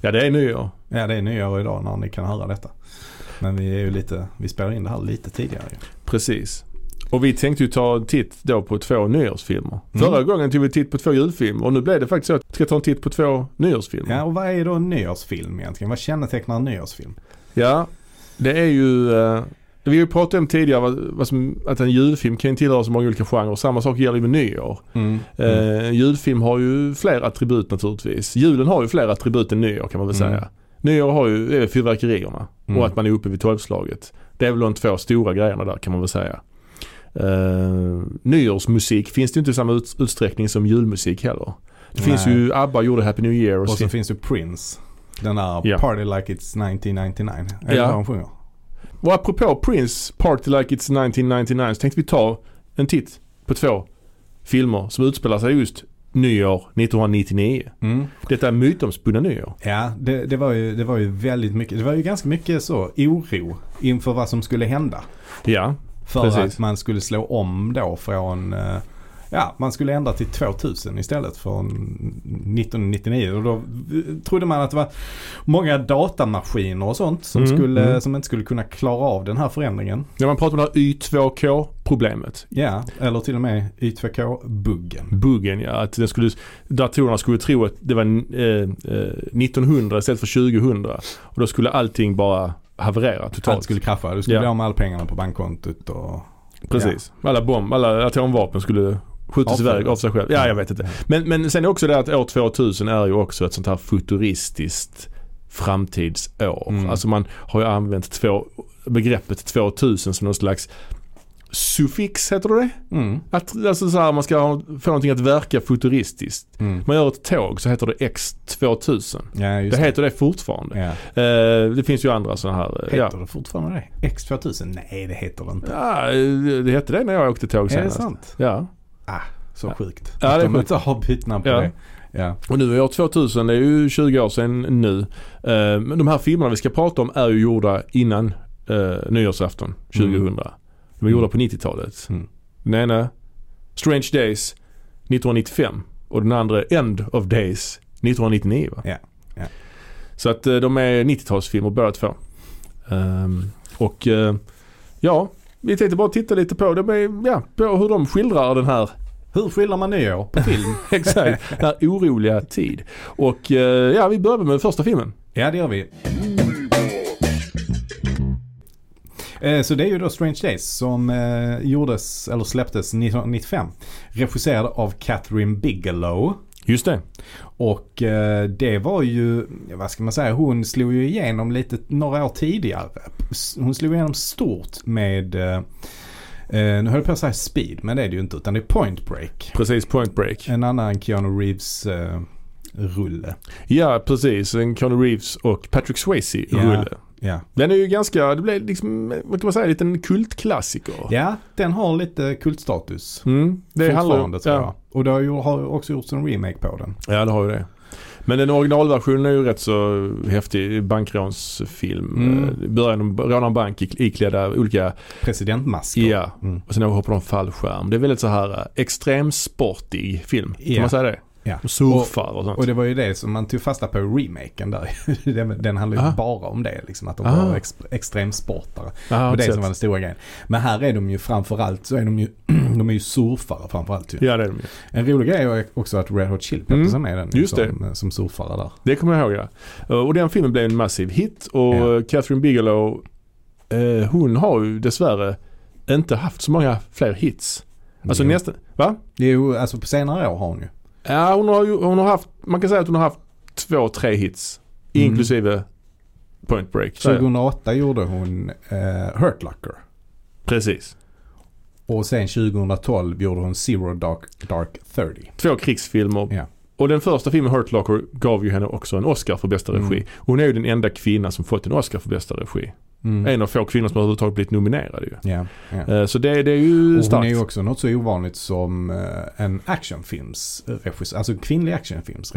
Ja, det är nyår. Ja, det är nyår idag när ni kan höra detta. Men vi spelar in det här lite tidigare. Precis. Och vi tänkte ju ta en titt då på 2 nyårsfilmer. Förra gången tog vi titt på 2 julfilmer och nu blev det faktiskt så att vi ska ta en titt på 2 nyårsfilmer. Ja, och vad är då en nyårsfilm egentligen? Vad kännetecknar en nyårsfilm? Ja, det är ju... vi har ju pratat om tidigare att en julfilm kan tillhöra så många olika genrer. Samma sak gäller med nyår. Julfilm har ju fler attribut naturligtvis. Julen har ju fler attribut än nyår kan man väl säga. Nyår har ju fyrverkerierna och att man är uppe vid 12-slaget. Det är väl de 2 stora grejerna där kan man väl säga. Nyårsmusik finns det inte i samma utsträckning som julmusik heller. Det finns ju ABBA gjorde Happy New Year. Och så finns det Prince. Den där Party Like It's 1999. Är det de sjunger? Och apropå Prince Party Like It's 1999 så tänkte vi ta en titt på 2 filmer som utspelar sig just nyår 1999. Detta är mytomspunna nyår. Ja, det var ju väldigt mycket. Det var ju ganska mycket så oro inför vad som skulle hända. Ja, för precis. Att man skulle slå om då från man skulle ändra till 2000 istället för 1999 och då trodde man att det var många datamaskiner och sånt som inte skulle kunna klara av den här förändringen. Ja, man pratar om det här Y2K-problemet. Ja, eller till och med Y2K-buggen. Buggen, ja. Att datorerna skulle tro att det var 1900 istället för 2000 och då skulle allting bara haverera totalt. Allt skulle krascha. Du skulle bli av med alla pengarna på bankkontot och... Precis. Alla atomvapen skulle skjutas iväg av sig själv. Ja, jag vet inte. Men sen är också det att år 2000 är ju också ett sånt här futuristiskt framtidsår. Alltså man har ju använt begreppet 2000 som någon slags suffix, heter det? Att alltså så här, man ska få någonting att verka futuristiskt. Man gör ett tåg så heter det X2000. Ja, just det heter det fortfarande. Ja. Det finns ju andra sådana här. Heter det fortfarande det? X2000? Nej, det heter det inte. Ja, det hette det när jag åkte tåg senast. Är det sant? Ja. Så sjukt. Ja, det är de inte har bytt namn på det. Ja. Och nu är år 2000, det är ju 20 år sedan nu. Men de här filmerna vi ska prata om är ju gjorda innan nyårsafton 2000. De var gjorda på 90-talet. Den ena Strange Days 1995 och den andra End of Days 1999. Va? Ja. Så att de är 90-talsfilmer båda 2. Vi tänkte bara titta lite på det på hur de skildrar den här. Hur skildrar man nyår på film? Exakt, den här oroliga tid. Och vi börjar med första filmen. Ja, det gör vi. Så det är ju då Strange Days som släpptes 1995. Regisserad av Catherine Bigelow. Just det. Och det var ju, vad ska man säga, hon slog ju igenom några år tidigare. Hon slog igenom stort med, nu höll jag på att säga Speed, men det är det ju inte, utan det är Point Break. Precis, Point Break. En annan Keanu Reeves rulle. Ja, precis. En Keanu Reeves och Patrick Swayze rulle. Ja. Den är ju ganska, det blev liksom, vad kan man säga, en liten kultklassiker. Ja, den har lite kultstatus. Det fortfarande, tror jag. Och det har också gjorts en remake på den. Ja, det har ju det. Men den originalversionen är ju rätt så häftig bankrånsfilm. Början råna en bank iklädda olika presidentmasker. Ja, och sen hoppar de fallskärm. Det är väldigt så här extremsportig film. Kan man säga det? Ja. Surfar och sånt. Och det var ju det som man tog fasta på i remaken där. Den handlar ju bara om det, liksom, att de var extremsportare. Och det som var den stora grejen. Men här är de ju framförallt, så är de är ju surfare framförallt. Ju. Ja, det är de ju. En rolig grej är också att Red Hot Chili Peppers är med den. Just som surfare där. Det kommer jag ihåg, ja. Och den filmen blev en massiv hit. Och Catherine Bigelow, hon har ju dessvärre inte haft så många fler hits. Alltså nästan, va? Det är ju, alltså på senare år har hon ju. Ja, hon har haft, man kan säga att hon har haft 2-3 hits inklusive Point Break. 2008 gjorde hon Hurt Locker. Precis. Och sen 2012 gjorde hon Zero Dark 30. 2 krigsfilmer. Ja. Och den första filmen Hurt Locker gav ju henne också en Oscar för bästa regi. Hon är ju den enda kvinna som fått en Oscar för bästa regi. En av få kvinnor som överhuvudtaget blivit nominerade ju. Ja. Så det är ju starkt. Hon är ju också något så ovanligt som en actionfilmsregissör, alltså kvinnlig actionfilmsregissör.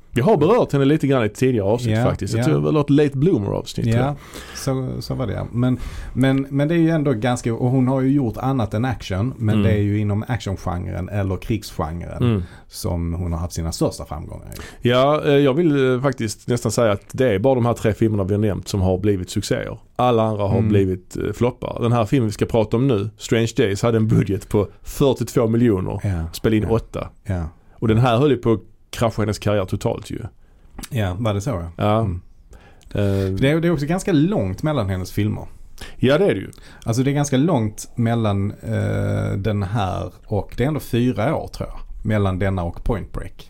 Vi har berört henne lite grann i tidigare avsnitt faktiskt. Jag tror det var ett late bloomer avsnitt. Ja, så var det. Men det är ju ändå ganska, och hon har ju gjort annat än action, men det är ju inom actiongenren eller krigsgenren som hon har haft sina största framgångar i. Ja, jag vill faktiskt nästan säga att det är bara de här 3 filmerna vi har nämnt som har blivit succéer. Alla andra har blivit floppar. Den här filmen vi ska prata om nu, Strange Days, hade en budget på 42 miljoner. Spelade in 8. Ja. Och den här höll ju på att krascha hennes karriär totalt ju. Ja, var det så? Ja. Det är också ganska långt mellan hennes filmer. Ja, det är det ju. Alltså det är ganska långt mellan den här och det är ändå 4 år tror jag. Mellan denna och Point Break.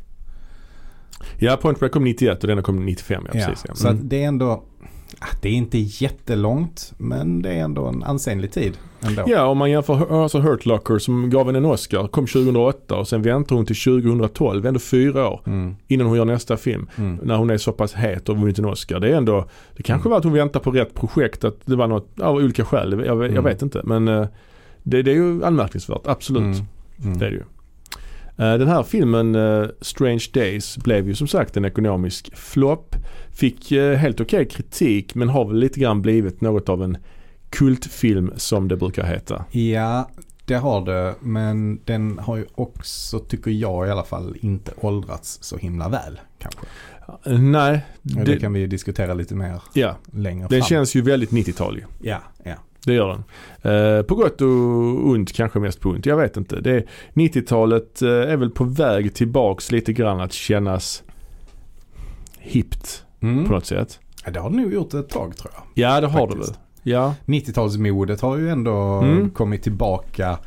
Ja, Point Break kom 91 och denna kom 95. Ja, precis, ja. Så att det är ändå, det är inte jättelångt, men det är ändå en ansenlig tid ändå. Ja, om man jämför alltså Hurt Locker som gav henne en Oscar, kom 2008 och sen väntar hon till 2012, ändå 4 år innan hon gör nästa film. När hon är så pass het och vunnit en Oscar. Det är ändå, det kanske var att hon väntar på rätt projekt, att det var något av olika skäl. Jag vet inte, men det är ju anmärkningsvärt, absolut. Det är det ju. Den här filmen Strange Days blev ju som sagt en ekonomisk flopp. Fick helt okej kritik, men har väl lite grann blivit något av en kultfilm som det brukar heta. Ja, det har det, men den har ju också, tycker jag i alla fall, inte åldrats så himla väl kanske. Nej. Det kan vi ju diskutera lite mer längre fram. Den känns ju väldigt 90-talig. Ja. Det gör den. På gott och ont, kanske mest på ont. Jag vet inte. 90-talet är väl på väg tillbaks lite grann att kännas hippt på något sätt. Ja, det har det nog gjort ett tag tror jag. Ja, det har det väl. Ja. 90-talsmodet har ju ändå kommit tillbaka.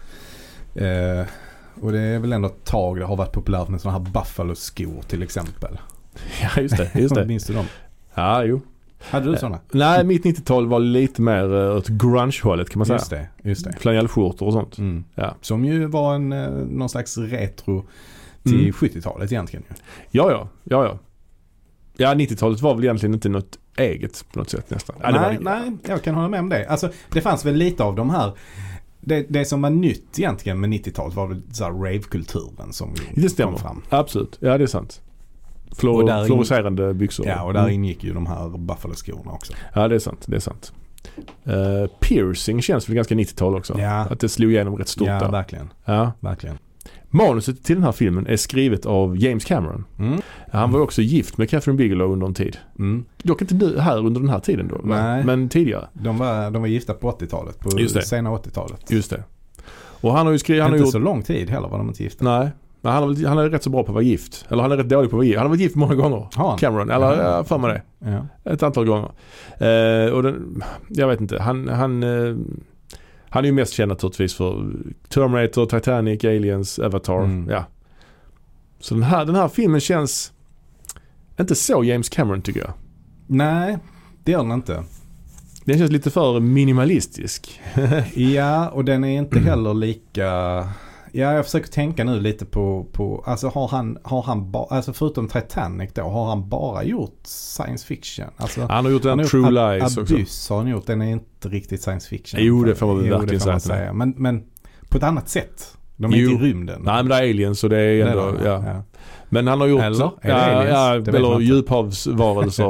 Och det är väl ändå ett tag det har varit populärt med sådana här Buffalo-skor till exempel. Ja, just det. Minns du dem? Ja, jo. Hade du sådana? Nej, mitt 90-tal var lite mer åt grunge-hållet kan man säga. Just det. Flanellskjortor och sånt. Ja. Som ju var någon slags retro till 70-talet egentligen. Ja. Ja, 90-talet var väl egentligen inte något eget på något sätt nästan. Nej, jag kan hålla med om det. Alltså, det fanns väl lite av de här. Det som var nytt egentligen med 90-talet var väl så här rave-kulturen som kom fram. Absolut, ja det är sant. Fluorescerande byxor. Ja, och där ingick ju de här Buffalo-skorna också. Ja, det är sant. Piercing känns väl ganska 90-tal också. Ja. Att det slog igenom rätt stort där. Verkligen. Ja, verkligen. Manuset till den här filmen är skrivet av James Cameron. Han var också gift med Catherine Bigelow under en tid. Dock inte här under den här tiden då. Nej. Men tidigare. De var gifta på 80-talet. På sena 80-talet. Just det. Och han har ju skrivit... Inte så lång tid heller var de inte gifta. Nej. Men han är rätt så bra på att vara gift. Eller han är rätt dålig på att vara gift. Han har varit gift många gånger. Cameron. Eller för mig det. Ja. Ett antal gånger. Och jag vet inte. Han är ju mest känd naturligtvis för Terminator, Titanic, Aliens, Avatar. Ja. Så den här filmen känns inte så James Cameron tycker jag. Nej, det gör den inte. Den känns lite för minimalistisk. Ja, och den är inte heller lika... Ja, jag försöker tänka nu lite på alltså har han alltså förutom Titanic då, har han bara gjort science fiction? Alltså, han har gjort en True Lies också. Abyss har han gjort, den är inte riktigt science fiction. Jo, det får man väl verkligen säga. Men på ett annat sätt. De är inte i rymden. Nej, men det är aliens så det är ändå, ja. Men han har gjort... Eller djuphavsvarelser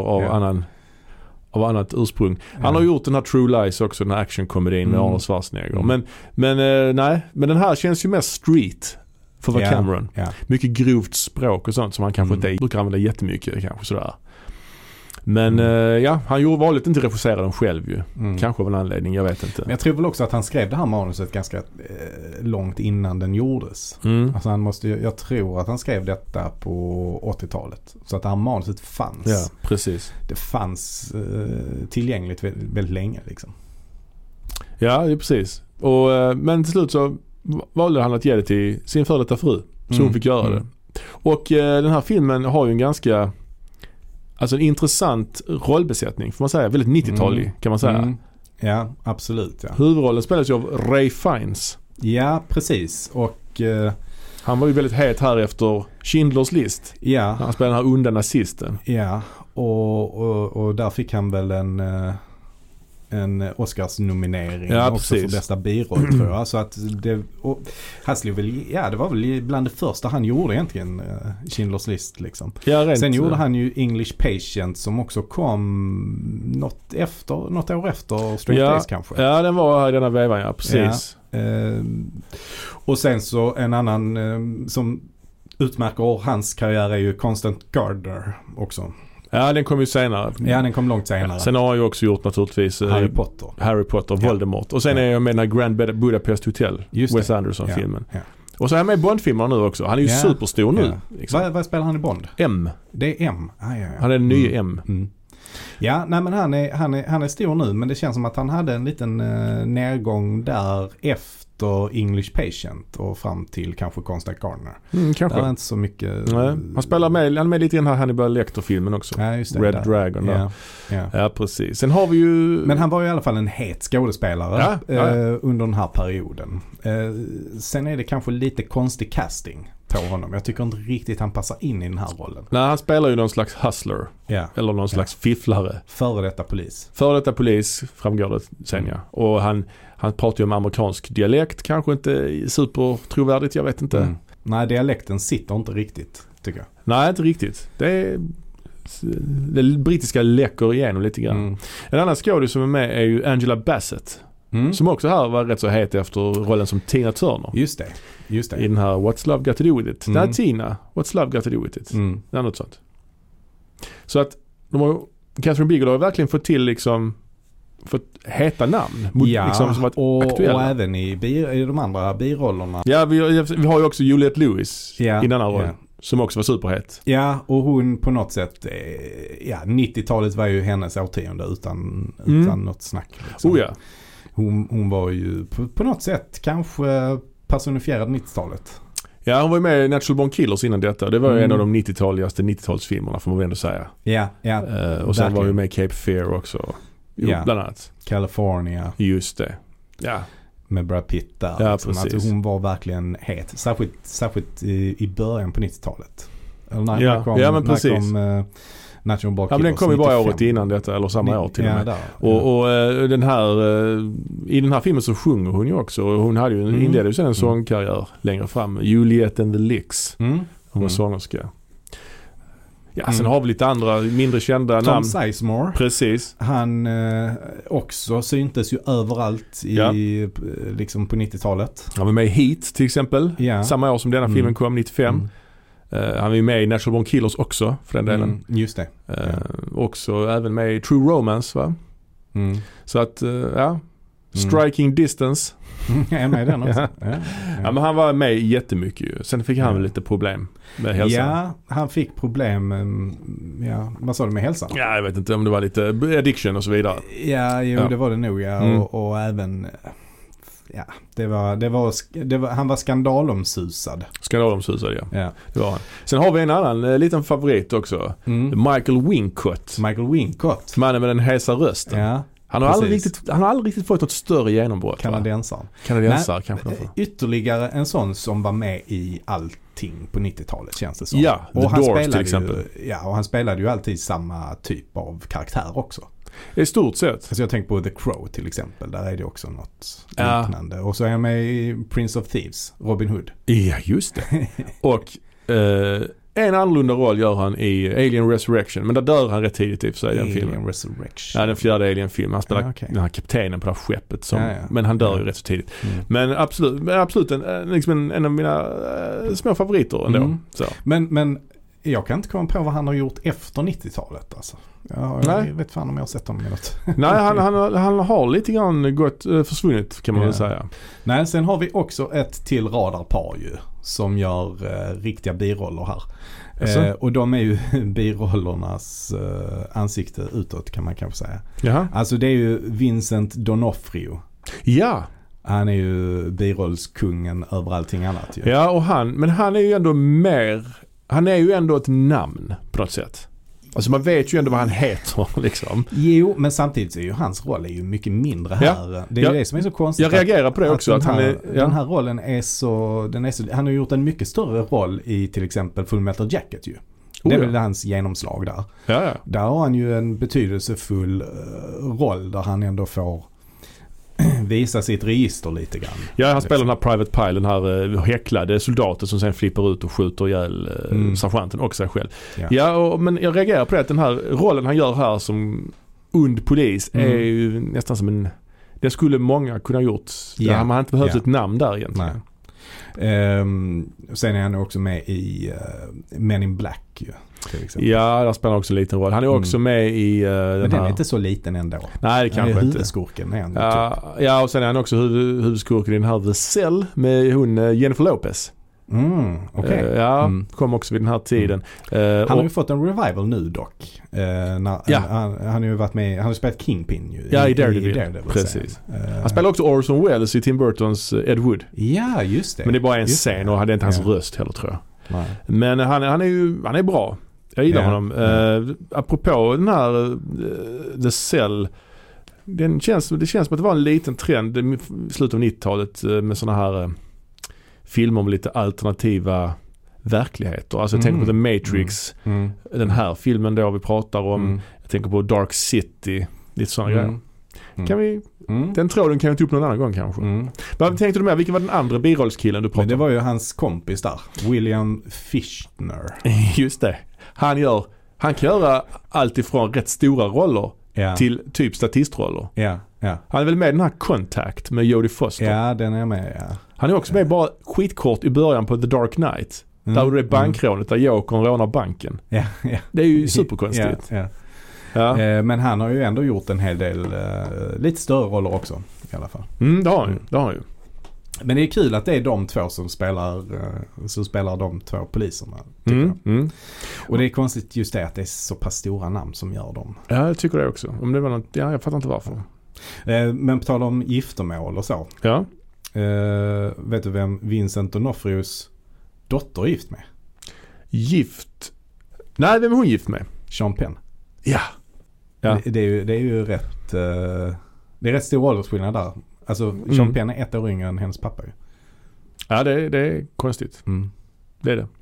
av annat ursprung. Han har gjort den här True Lies också, den här actionkomedin med Arnold Schwarzenegger. Men den här känns ju mest street för vad Cameron. Mycket grovt språk och sånt som han kanske inte brukar använda jättemycket kanske sådär. Men han valde inte regissera den själv ju. Kanske av en anledning, jag vet inte. Men jag tror väl också att han skrev det här manuset ganska långt innan den gjordes. Alltså jag tror att han skrev detta på 80-talet. Så att det här manuset fanns. Ja, precis. Det fanns tillgängligt väldigt länge liksom. Ja, det är precis. Men till slut så valde han att ge det till sin före detta fru. Så hon fick göra det. Och den här filmen har ju en ganska... Alltså en intressant rollbesättning får man säga. Väldigt 90-talig kan man säga. Ja, absolut. Ja. Huvudrollen spelas ju av Ray Fiennes. Ja, precis. Och han var ju väldigt het här efter Schindler's List. Ja. Han spelade den här onda nazisten. Ja, och där fick han väl en en Oscars-nominering Ja, också precis. för bästa biroll tror jag. Så att det var väl bland det första han gjorde egentligen, Schindler's List liksom. Ja, Sen gjorde han ju English Patient som också kom något år efter Straight Days kanske. Ja, den var i denna vevan, ja, precis. Ja, och sen så en annan som utmärker hans karriär är ju Constant Gardner också. Ja, den kom ju senare. Ja, den kom långt senare. Ja, sen har han ju också gjort naturligtvis Harry Potter, Voldemort. Och sen är jag med den här Grand Budapest Hotel, Wes Anderson-filmen. Ja. Och så är han med i Bond-filmerna nu också. Han är ju superstor nu. Liksom. Vad spelar han i Bond? M. Det är M. Ja. Han är den nya M. Mm. Ja, nej men han är stor nu, men det känns som att han hade en liten nedgång där efter English Patient och fram till kanske Constant Gardner. Kanske. Det är inte så mycket. Nej. Han är med lite i den här Hannibal Lecter-filmen också. Ja, just det, Red där. Dragon där. Ja, precis. Sen har vi ju... Men han var ju i alla fall en het skådespelare under den här perioden. Sen är det kanske lite konstig casting på honom. Jag tycker inte riktigt han passar in i den här rollen. Nej, han spelar ju någon slags hustler. Ja. Eller någon slags fifflare. Före detta polis. Före detta polis framgår det sen, ja. Och han pratar ju om amerikansk dialekt. Kanske inte super trovärdigt, jag vet inte. Nej, dialekten sitter inte riktigt, tycker jag. Nej, inte riktigt. Det brittiska läcker igenom lite grann. En annan skådis som är med är ju Angela Bassett. Som också här var rätt så het efter rollen som Tina Turner. Just det. I den här What's Love Got To Do With It. Den här Tina, What's Love Got To Do With It. Det är något sånt. Så att Catherine Bigelow har verkligen fått till liksom fått heta namn. Liksom, som aktuella. Och även i de andra birollerna. Ja, vi har ju också Juliette Lewis i den här rollen. Som också var superhet. Ja, och hon på något sätt 90-talet var ju hennes årtionde utan något snack. Liksom. Ja. Hon var ju på något sätt kanske personifierad 90-talet. Ja, hon var ju med i Natural Born Killers innan detta. Det var ju en av de 90-talsfilmerna får man väl ändå säga. Ja. Och sen var ju med Cape Fear också. Bland annat. California. Just det. Ja. Med Brad Pitt där. Ja, liksom. Alltså, hon var verkligen het. Särskilt i början på 90-talet. Eller när kom Natural Born Killers. Ja, men den kom ju bara året innan detta, eller samma år till och med. Och den här, i den här filmen så sjunger hon ju också. Och hon hade ju inledde ju sen en sångkarriär längre fram. Juliet and the Licks. Hon var sångerska. Ja, sen har vi lite andra mindre kända namn. Tom Sizemore. Precis. Han också syntes ju överallt liksom på 90-talet. Han var med i Heat till exempel. Ja. Samma år som denna filmen kom, 95. Han var ju med i Natural Born Killers också för den delen. Just det. Också även med i True Romance, va? Så att, Striking Distance. Jag är med i den också. Ja, men han var med jättemycket ju. Sen fick han väl lite problem med hälsan. Ja, han fick problem vad sa du med hälsan? Ja, jag vet inte om det var lite addiction och så vidare. Ja, det var det nog, och även han var skandalomsusad. Skandalomsusad, ja. Det var han. Sen har vi en annan liten favorit också. Michael Wincott. Mannen med den hesa rösten. Ja. Han har aldrig riktigt fått något större genombrott. Kanadensare kanske. Ytterligare en sån som var med i allting på 90-talet känns det som. Ja, och The Doors till exempel. Och han spelade ju alltid samma typ av karaktär också. I stort sett. Alltså jag tänker på The Crow till exempel. Där är det också något liknande. Och så är han med i Prince of Thieves, Robin Hood. Ja, just det. Och en annorlunda roll gör han i Alien Resurrection. Men där dör han rätt tidigt i för sig, den filmen. Alien Resurrection. Ja, den fjärde Alien-filmen. Han spelar den här kaptenen på det här skeppet. Men han dör ju rätt så tidigt. Men absolut en av mina små favoriter ändå. Så. Men jag kan inte komma på vad han har gjort efter 90-talet alltså. Jag vet fan om jag har sett honom i något. Nej, han har lite grann försvunnit kan man väl säga. Nej, sen har vi också ett till radarpar ju som gör riktiga biroller här. Och de är ju birollernas ansikte utåt kan man kanske säga. Jaha. Alltså det är ju Vincent D'Onofrio. Ja. Han är ju birollskungen över allting annat ju. Ja, men han är ju ändå han är ju ändå ett namn på något sätt. Alltså man vet ju ändå vad han heter liksom. Jo, men samtidigt är ju hans roll är ju mycket mindre här. Ja. Det är ju det som är så konstigt. Jag reagerar på det också. Den här rollen är så... Han har gjort en mycket större roll i till exempel Full Metal Jacket ju. Det är väl hans genomslag där. Ja. Där har han ju en betydelsefull roll där han ändå får visa sitt register lite grann. Ja, han spelar den här Private Pile, den här häcklade soldaten som sen flippar ut och skjuter ihjäl sergeanten och sig själv. Ja, men jag reagerar på det att den här rollen han gör här som ond polis är ju nästan som en... Det skulle många kunna ha gjort. Man har inte behövt ett namn där egentligen. Sen är han också med i Men in Black ju, till exempel. Ja, där spelar också en liten roll. Han är också med i men den är inte så liten ändå. Nej, det kanske inte. Huvudskurken är han typ. Ja, och sen är han också huvudskurken i den här The Cell med hon Jennifer Lopez. Okay. Kom också vid den här tiden. Han har ju fått en revival nu dock. Han har ju varit med, han har spelat Kingpin ju. I Daredevil. Precis. Han spelar också Orson Welles i Tim Burtons Ed Wood. Ja, just det. Men det är bara en scen och hade inte hans röst heller, tror jag. Nej. Men han är bra. Jag gillar honom. Apropå den här The Cell, det känns som att det var en liten trend i slutet av 90-talet med såna här filmer om lite alternativa verkligheter. Alltså jag tänker på The Matrix, den här filmen då vi pratar om. Jag tänker på Dark City, lite sådana grejer. Kan vi, den tråden kan vi ta upp någon annan gång kanske. Vad tänkte du med? Vilken var den andra birollskillen du pratade om? Men det var ju hans kompis där, William Fichtner. Just det. Han kan göra allt ifrån rätt stora roller till typ statistroller. Han är väl med i den här Contact med Jodie Foster. Ja, den är med, Han är också med bara skitkort i början på The Dark Knight. Där det är bankrånet där Jokern rånar banken. Det är ju superkonstigt. Men han har ju ändå gjort en hel del lite större roller också i alla fall. Det har han ju. Men det är kul att det är de två som spelar de två poliserna. Och det är konstigt just det att det är så pass stora namn som gör dem. Ja, jag tycker det också. Om det var något, jag fattar inte varför. Men på tal om giftermål och så. Ja. Vet du vem Vincent D'Onofrios dotter är gift med? Gift? Nej, vem är hon gift med? Sean Penn. Ja. Det är ju rätt... det är rätt stor åldersskillnad där. Alltså Sean Penn är 1 år yngre än hennes pappa ju. Ja, det är konstigt. Det är det.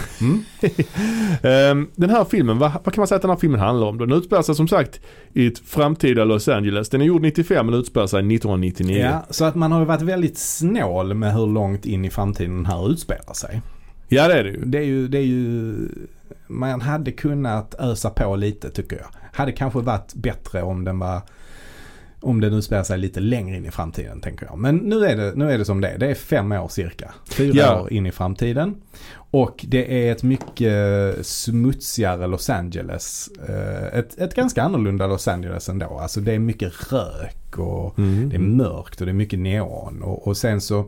Den här filmen, vad kan man säga att den här filmen handlar om? Den utspelar sig som sagt i ett framtida Los Angeles. Den är gjord 95 men utspelar sig 1999. Ja, så att man har varit väldigt snål med hur långt in i framtiden den här utspelar sig. Ja, det är det ju. Det är ju man hade kunnat ösa på lite, tycker jag. Hade kanske varit bättre om den utspelar sig lite längre in i framtiden, tänker jag. Men nu är det som det är. Det är 5 år cirka. 4 år in i framtiden. Och det är ett mycket smutsigare Los Angeles. Ett ganska annorlunda Los Angeles ändå. Alltså det är mycket rök och det är mörkt och det är mycket neon. Och sen så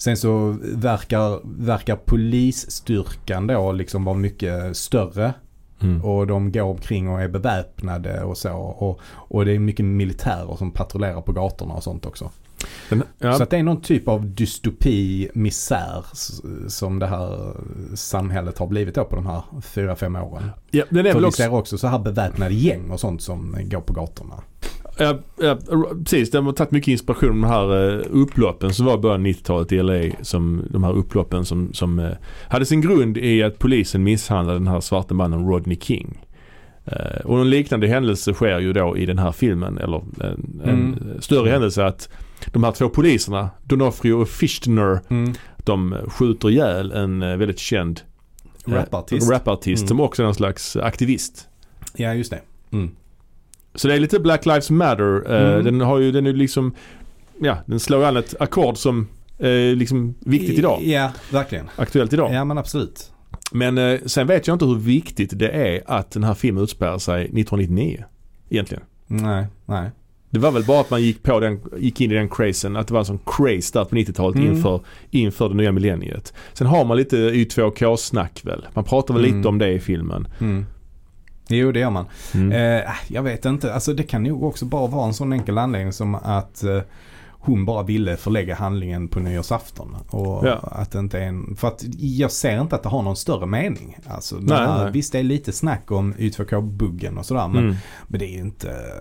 verkar polisstyrkan då liksom vara mycket större. Och de går omkring och är beväpnade och så. Och det är mycket militärer som patrullerar på gatorna och sånt också. Så att det är någon typ av dystopi, misär som det här samhället har blivit då på de här 4-5 åren. Ja, det är väl också... Vi ser också så här beväpnade gäng och sånt som går på gatorna. Ja, precis. Det har tagit mycket inspiration av de här upploppen som var i början av 90-talet i LA. De här upploppen som hade sin grund i att polisen misshandlade den här svarta mannen Rodney King. Och en liknande händelse sker ju då i den här filmen. Eller en större händelse att de här 2 poliserna, D'Onofrio och Fichtner, de skjuter ihjäl en väldigt känd rapartist som också är en slags aktivist. Ja, just det. Så det är lite Black Lives Matter. Den är liksom, den slår an ett ackord som är liksom viktigt idag. Ja, verkligen. Aktuellt idag. Ja, men absolut. Men sen vet jag inte hur viktigt det är att den här filmen utspelar sig 1999 egentligen. Nej. Det var väl bara att man gick in i den crazen, att det var en sån craze där på 90-talet inför det nya millenniet. Sen har man lite Y2K-snack väl. Man pratar väl lite om det i filmen. Jo, det gör man. Jag vet inte. Alltså det kan nog också bara vara en sån enkel anledning som att hon bara ville förlägga handlingen på nyårsafton. Och att det inte är för att jag ser inte att det har någon större mening. Alltså, visst, det är lite snack om Y2K-buggen och sådär, men det är ju inte...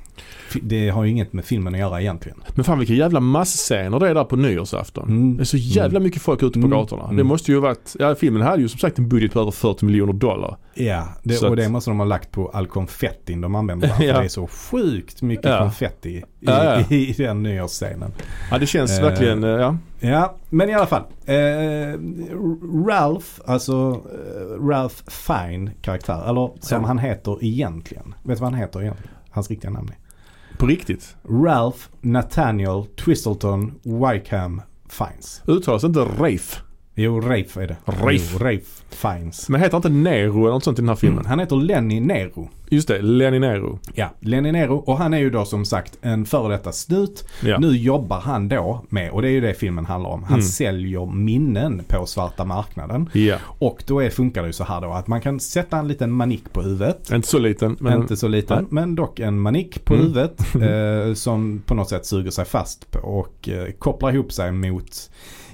Det har ju inget med filmen att göra egentligen. Men fan vilka jävla massscener det är där på nyårsafton. Det är så jävla mycket folk ute på gatorna. Det måste ju varit, filmen hade ju som sagt en budget på över $40 miljoner. Ja, det måste de ha lagt på all konfettin de använder där. För det är så sjukt mycket konfetti i den nyårsscenen. Ja, det känns verkligen, Ja, men i alla fall. Ralph Fine karaktär, eller som han heter egentligen. Vet du vad han heter egentligen? Hans riktiga namn är? På riktigt? Ralph Nathaniel Twistleton Wykeham Fiennes. Uttalas inte Rafe? Jo, Rafe är det. Rafe Fiennes. Men heter inte Nero eller något sånt i den här filmen? Han heter Lenny Nero. Just det, Lenny Nero. Ja, Lenny Nero. Och han är ju då som sagt en före detta snut. Ja. Nu jobbar han då med, och det är ju det filmen handlar om. Han säljer minnen på svarta marknaden. Ja. Och då funkar det ju så här då att man kan sätta en liten manik på huvudet. Inte så liten. Men dock en manik på huvudet som på något sätt suger sig fast och kopplar ihop sig mot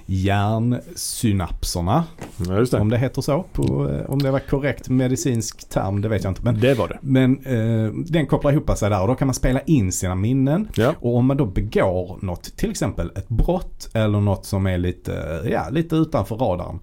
hjärnsynapserna. Ja, just det. Om det heter så. Om det var korrekt medicinsk term, det vet jag inte. Men det var det. Men den kopplar ihop sig där och då kan man spela in sina minnen. Ja. Och om man då begår något, till exempel ett brott eller något som är lite utanför radarn,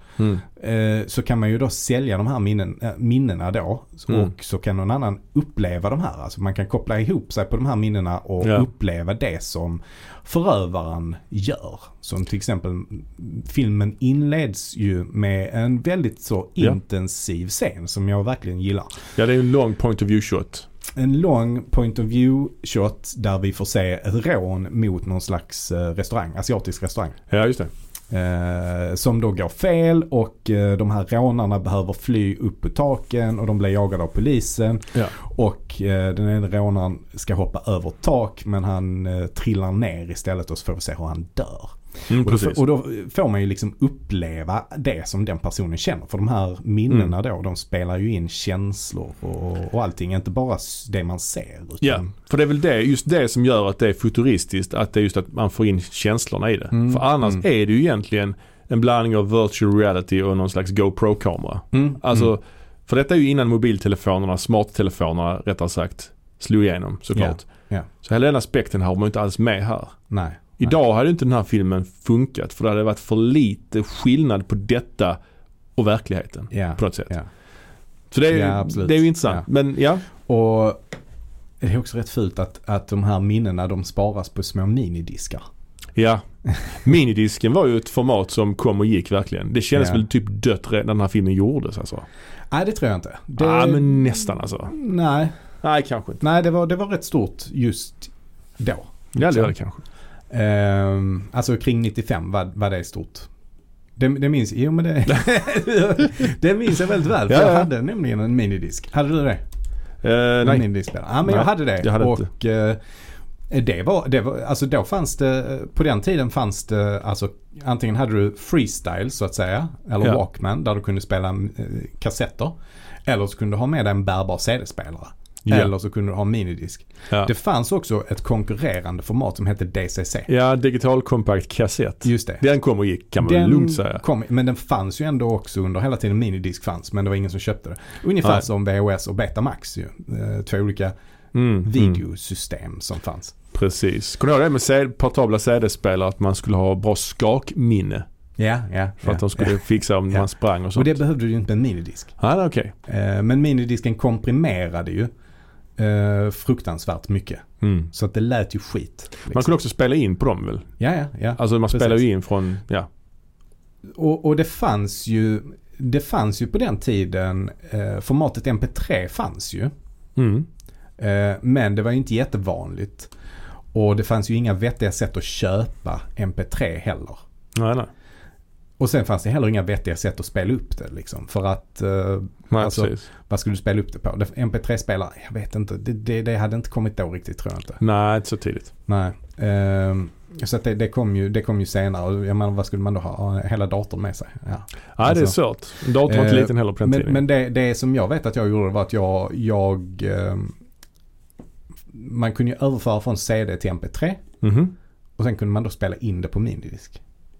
så kan man ju då sälja de här minnena då. Och så kan någon annan uppleva de här. Alltså man kan koppla ihop sig på de här minnena och uppleva det som förövaren gör. Som till exempel filmen inleds ju med en väldigt så intensiv scen som jag verkligen gillar. Ja, det är en lång point of view shot. En lång point of view shot där vi får se ett rån mot någon slags asiatisk restaurang. Ja, just det. Som då går fel och de här rånarna behöver fly upp på taken och de blir jagade av polisen och den ena rånaren ska hoppa över tak men han trillar ner istället och så får vi se hur han dör. Och då får man ju liksom uppleva det som den personen känner. För de här minnena då, de spelar ju in känslor och allting. Inte bara det man ser. Ja, för det är väl just det som gör att det är futuristiskt. Att det är just att man får in känslorna i det. För annars är det ju egentligen en blandning av virtual reality och någon slags GoPro-kamera. För detta är ju innan mobiltelefonerna, smarttelefonerna rättare sagt, slog igenom såklart. Så hela den aspekten har man inte alls med här. Nej. Idag hade inte den här filmen funkat för det hade varit för lite skillnad på detta och verkligheten på något sätt. Så det är ju intressant. Men och det är också rätt fult att de här minnena de sparas på små minidiskar. Ja, minidisken var ju ett format som kom och gick verkligen. Det kändes väl typ dött när den här filmen gjordes alltså. Nej, det tror jag inte. Men nästan alltså. Nej, kanske inte. Nej, det var rätt stort just då. Ja, det var det kanske. Alltså kring 95 var det stort. Det minns jag. Men det minns jag väldigt väl. För jag hade nämligen en minidisk. Hade du det? Nej. Minidiskspelare. Ja, men jag hade det. Och det var alltså då fanns det, på den tiden fanns det alltså antingen hade du freestyle så att säga eller Walkman där du kunde spela kassetter eller så kunde du ha med dig en bärbar CD-spelare. Eller så kunde du ha minidisk. Det fanns också ett konkurrerande format som hette DCC. Ja, digital kompakt kassett. Just det. Den kom och gick kan man lugnt säga. Men den fanns ju ändå också under hela tiden minidisk fanns, men det var ingen som köpte det. Ungefär som VHS och Betamax ju. Två olika videosystem som fanns. Precis. Kunde du ha det med portabla CD-spelare att man skulle ha bra skakminne? Ja. För att de skulle fixa om man sprang och sånt. Och det behövde du ju inte med en minidisk. Okej. Men minidisken komprimerade ju fruktansvärt mycket. Så att det lät ju skit. Liksom. Man kunde också spela in på dem väl? Ja. Alltså man spelar ju in från, Och det fanns ju på den tiden formatet MP3 fanns ju. Men det var ju inte jättevanligt. Och det fanns ju inga vettiga sätt att köpa MP3 heller. Nej. Och sen fanns det heller inga vettiga sätt att spela upp det liksom. För att vad skulle du spela upp det på? MP3-spelare, jag vet inte. Det hade inte kommit då riktigt, tror jag inte. Nej, inte så tidigt. Nej. Så att det kom ju senare. Jag menar, vad skulle man då ha? Hela datorn med sig? Det är svårt. Datorn var inte liten heller på den tiden. Men det som jag vet att jag gjorde var att man kunde ju överföra från CD till MP3. Och sen kunde man då spela in det på minidisk.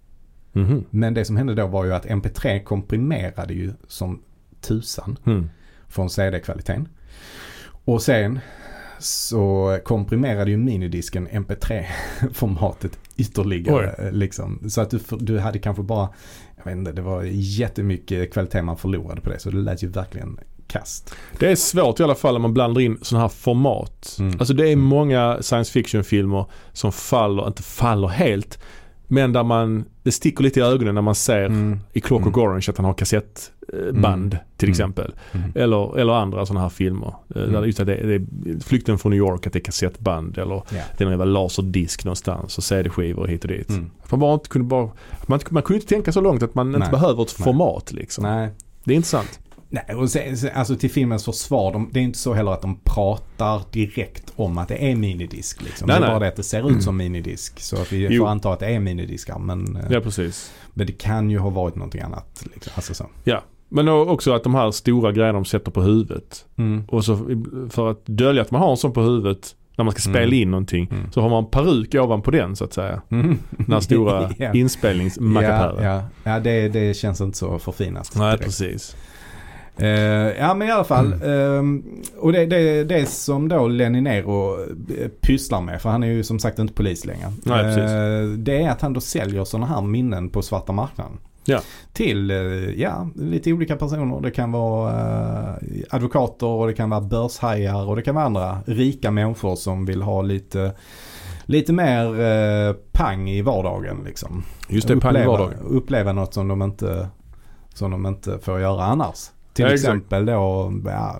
Men det som hände då var ju att MP3 komprimerade ju som tusan från CD-kvaliteten. Och sen så komprimerade ju minidisken MP3-formatet ytterligare. Liksom. Så att du hade kanske bara, jag vet inte, det var jättemycket kvalitet man förlorade på det. Så det lät ju verkligen kast. Det är svårt i alla fall om man blandar in sådana här format. Alltså det är många science fiction-filmer som inte faller helt, men där det sticker lite i ögonen när man ser i Clockwork Orange att han har kassettband till exempel. Eller andra sådana här filmer. Där just att det är Flykten från New York, att det är kassettband, eller det är någon jävla laserdisk någonstans och CD-skivor hit och dit. Man kunde inte tänka så långt att man inte behöver ett format liksom. Nej. Det är intressant. Nej, och alltså till filmens försvar, det är inte så heller att de pratar direkt om att det är minidisk. Liksom. Det är bara det att det ser ut som minidisk. Så att vi får anta att det är minidiskar. Ja, precis. Men det kan ju ha varit någonting annat. Liksom. Alltså så. Ja, men också att de här stora grejerna de sätter på huvudet. Och så för att dölja att man har en sån på huvudet när man ska spela in någonting, så har man en peruk ovanpå den så att säga. Den här stora inspelningsmackapären. Ja, det känns inte så förfinat. Nej, direkt. precis. Ja, men i alla fall och det som då Lenny Nero pysslar med, för han är ju som sagt inte polis längre. Nej, det är att han då säljer sådana här minnen på svarta marknaden. Ja. Till lite olika personer. Det kan vara advokater, och det kan vara börshajar, och det kan vara andra rika människor som vill ha lite mer pang i vardagen liksom. Just det, pang i vardagen. Uppleva något som de inte får göra annars. Till exempel då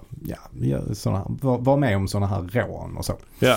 var med om sådana här rån och så.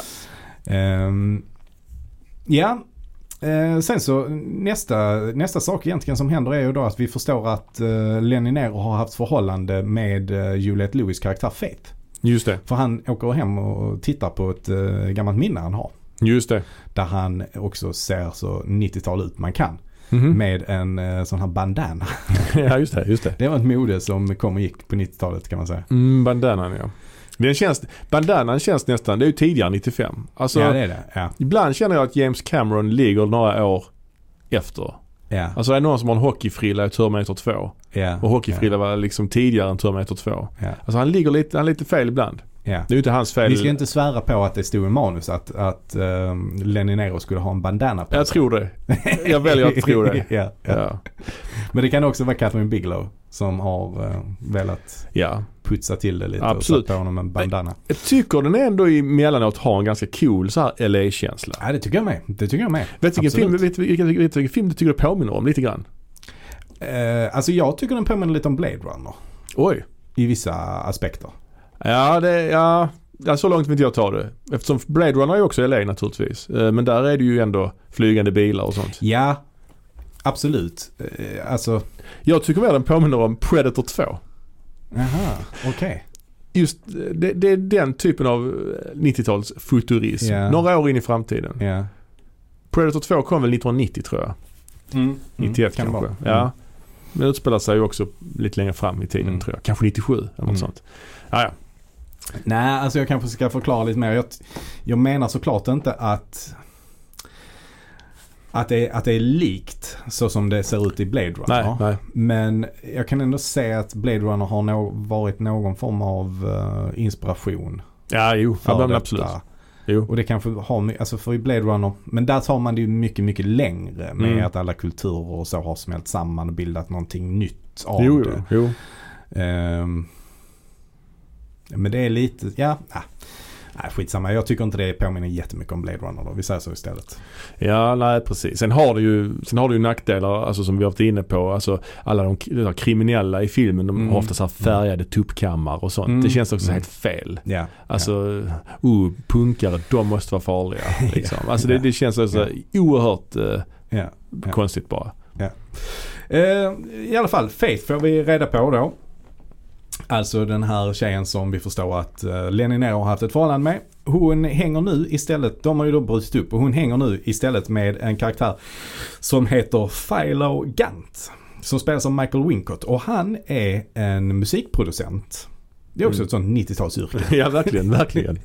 Ja. Sen så nästa sak egentligen som händer är ju då att vi förstår att Lenny Nero har haft förhållande med Juliette Lewis karaktär Faith. Just det. För han åker hem och tittar på ett gammalt minne han har. Just det. Där han också ser så 90-tal ut man kan. Med en sån här bandana. Ja, just det. Det var ett mode som kom och gick på 90-talet kan man säga. Bandanan, ja. Bandanan känns nästan, det är ju tidigare 95. Alltså, ja, det är det. Ja. Ibland känner jag att James Cameron ligger några år efter. Ja. Alltså det är någon som har en hockeyfrilla i Terminator 2. Ja. Och hockeyfrilla var liksom tidigare än Terminator 2. Ja. Alltså han är lite fel ibland. Ja. Det är ju inte hans fel. Vi ska inte svära på att det stod i manus att Lenny Nero skulle ha en bandana på. Jag tror det. Jag väljer att tro det. Ja. Men det kan också vara Catherine Bigelow som har velat putsa till det lite. Absolut. Och satt på honom en bandana. Jag tycker den ändå emellanåt har en ganska cool så här LA-känsla. Ja, det tycker jag med. Vet du vilken film du tycker det påminner om lite grann? Alltså jag tycker den påminner lite om Blade Runner. Oj. I vissa aspekter. Ja, så långt vill inte jag ta det. Eftersom Blade Runner är ju också LA naturligtvis. Men där är det ju ändå flygande bilar och sånt. Ja, absolut. Alltså... Jag tycker mer den påminner om Predator 2. Jaha, okej. Just det är den typen av 90-tals futurism. Några år in i framtiden. Predator 2 kom väl 1990 tror jag. 91 kanske. Ja. Men utspelar sig ju också lite längre fram i tiden tror jag. Kanske 97 eller något sånt. Ja. Nej, alltså jag kanske ska förklara lite mer. Jag menar såklart inte att det är likt så som det ser ut i Blade Runner. Nej. Men jag kan ändå säga att Blade Runner har varit någon form av inspiration. Absolut. Jo. Och det kanske har, alltså för i Blade Runner, men där tar man det ju mycket, mycket längre med att alla kulturer och så har smält samman och bildat någonting nytt av det. Jo. Men det är lite, skitsamma. Jag tycker inte det påminner jättemycket om Blade Runner då. Vi säger så istället. Ja, nej precis. Sen har du ju nackdelar, alltså som vi har varit inne på, alltså alla de kriminella i filmen, de har ofta så här färgade tuppkammar och sånt. Det känns också helt fel. Ja. Alltså punkare, de måste vara farliga liksom. Alltså det känns alltså oerhört konstigt bara. Ja. I alla fall, Faith får vi reda på då. Alltså den här tjejen som vi förstår att Lenny Nero har haft ett förhållande med. Hon hänger nu istället, de har ju då brutit upp, och hon hänger nu istället med en karaktär som heter Philo Gant, som spelas av Michael Wincott, och han är en musikproducent. Det är också ett sånt 90-talsyrke. Ja, verkligen.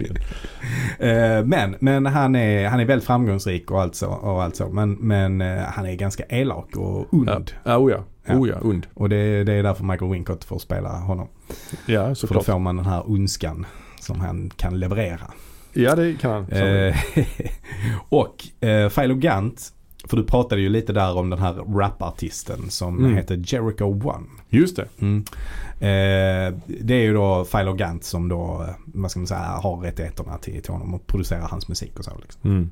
Men han är väldigt framgångsrik och allt så. Men han är ganska elak och ond. Und. Och det är därför Michael Wincott får spela honom. Ja, såklart. För då får man den här ondskan som han kan leverera. Ja, det kan han. Och Philo Gant, för du pratade ju lite där om den här rapartisten som heter Jericho One. Just det. Det är ju då Philo Gant som då, vad ska man säga, har rättigheterna till honom och producerar hans musik och så liksom.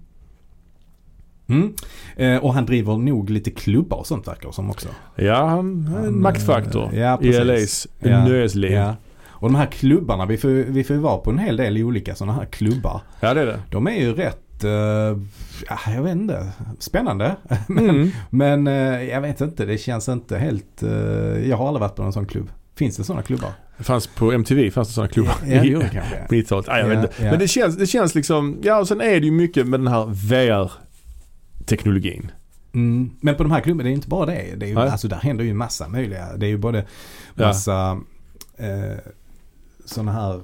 Och han driver nog lite klubbar och sånt verkar som också. Ja, han är en maktfaktor i LAs nöjesliv. Ja. Och de här klubbarna, vi får ju vara på en hel del olika sådana här klubbar. Ja, det är det. De är ju rätt, jag vet inte, spännande. men jag vet inte, det känns inte helt, jag har aldrig varit på en sån klubb. Finns det sådana klubbar? Det fanns på MTV, fanns det sådana klubbar. Ja, det gjorde det kanske. På 90-talet. Jag vet inte. Men det känns liksom, ja, och sen är det ju mycket med den här VR-teknologin. Men på de här klubbarna, det är inte bara det. Det är ju, alltså där händer ju massa möjliga. Det är ju både massa sådana här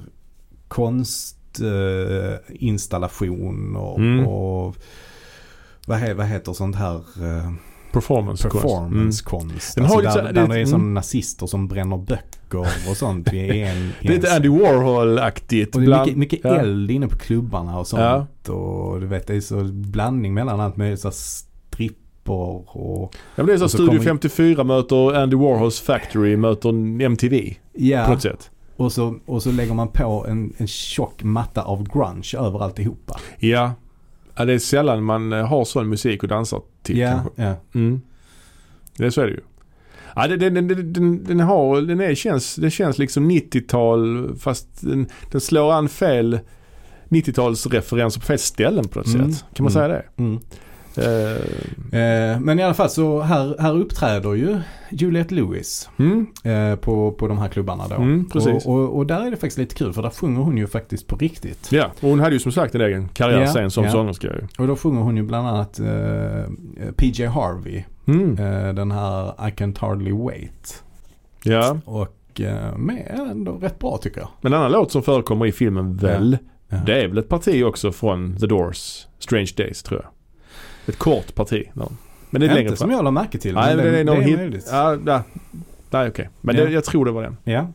konstinstallation och vad heter sånt här performance konst. Den alltså har där det är som nazister som bränner böcker och sånt. Det är lite Andy Warhol-aktigt. Och det är mycket eld inne på klubbarna och sånt. Och du vet, det är så blandning mellan allt möjligt, så strippor och... Ja, men det är så Studio 54 möter Andy Warhols Factory möter MTV på något sätt. Och så lägger man på en tjock matta av grunge över alltihopa. Ja, det är sällan man har sån musik och dansar till. Ja. Det så är det ju. Ja, det känns liksom 90-tal, fast den slår an fel 90-talsreferenser på fel ställen på något sätt. Kan man säga det? Men i alla fall så här uppträder ju Juliette Lewis på de här klubbarna då. Precis. Och där är det faktiskt lite kul, för där sjunger hon ju faktiskt på riktigt. Ja, och hon hade ju som sagt en egen karriär sen som sångerska. Och då sjunger hon ju bland annat PJ Harvey, den här I Can't Hardly Wait. Ja. Och med ändå rätt bra tycker jag. Men en annan låt som förekommer i filmen det är väl ett parti också från The Doors, Strange Days tror jag. Ett kort parti. Men det är längre inte som jag la märke till. Nej, men det är någon hit. Möjligt. Nej, okej. Men jag tror det var den. Ja.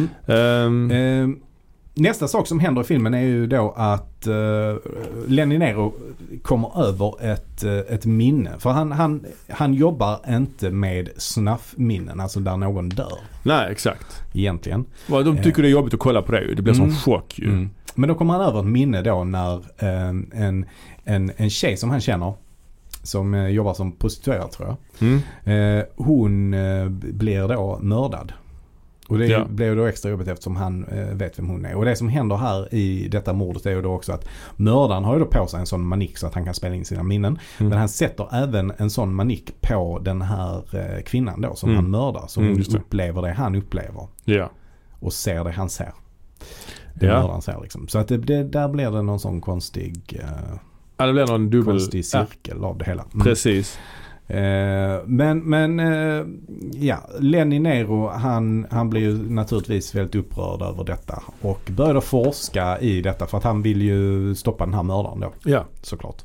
Nästa sak som händer i filmen är ju då att Lenny Nero kommer över ett minne. För han jobbar inte med snuff-minnen, alltså där någon dör. Nej, exakt. Egentligen. De tycker det är jobbigt att kolla på det ju. Det blir som chock ju. Men då kommer han över ett minne då när en tjej som han känner, som jobbar som prostituerad tror jag. Hon blir då mördad. Och det blir då extra jobbigt eftersom han vet vem hon är. Och det som händer här i detta mordet är ju då också att mördaren har ju då på sig en sån manik så att han kan spela in sina minnen. Men han sätter även en sån manik på den här kvinnan då som han mördar. Så hon upplever det han upplever. Ja. Och ser det han ser. Det mördaren ser liksom. Så att där blir det någon sån konstig... det blir någon konstig cirkel av det hela. Precis. Men Lenny Nero han blir ju naturligtvis väldigt upprörd över detta och börjar forska i detta för att han vill ju stoppa den här mördaren då. Ja, såklart.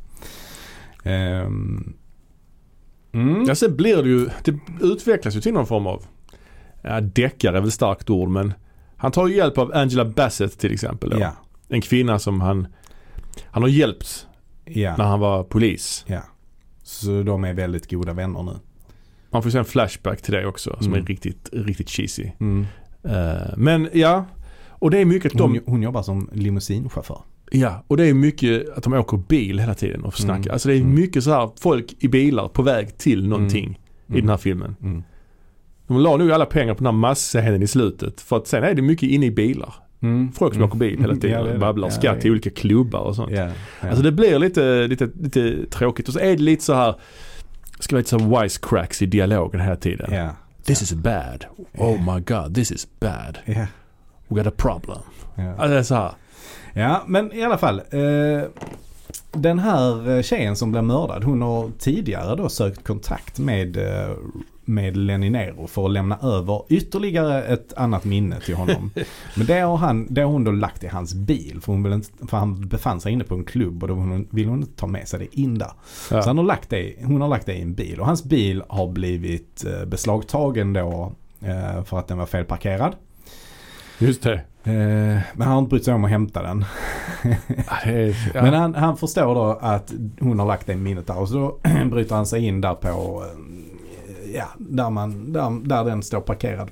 Ja, sen blir det utvecklas ju till någon form av deckare är väl starkt ord, men han tar ju hjälp av Angela Bassett till exempel då. Ja. En kvinna som han har hjälpt när han var polis. Ja. Så de är väldigt goda vänner nu. Man får se en flashback till det också som är riktigt, riktigt cheesy. Men ja, och det är mycket att hon jobbar som limousinchaufför. Ja, och det är mycket att de åker bil hela tiden och snackar. Alltså det är mycket så här folk i bilar på väg till någonting i den här filmen. De la nog alla pengar på den här masscenen i slutet, för att sen är det mycket inne i bilar. Folk som åker bil hela tiden och babblar och ska till olika klubbar och sånt. Alltså det blir lite tråkigt. Och så är det lite så här, ska vara lite så här wisecracks i dialogen hela tiden. This is bad. Oh my god, this is bad. We got a problem. Alltså det är så här. Ja, men i alla fall den här tjejen som blev mördad, hon har tidigare då sökt kontakt med Lenny Nero för att lämna över ytterligare ett annat minne till honom. Men det har hon då lagt i hans bil, för han befann sig inne på en klubb och då vill hon inte ta med sig det in där. Så hon har lagt det i en bil, och hans bil har blivit beslagtagen då för att den var felparkerad. Just det. Men han har inte brytt sig om att hämta den. Men han förstår då att hon har lagt det minnet där och så då bryter han sig in där på där den står parkerad.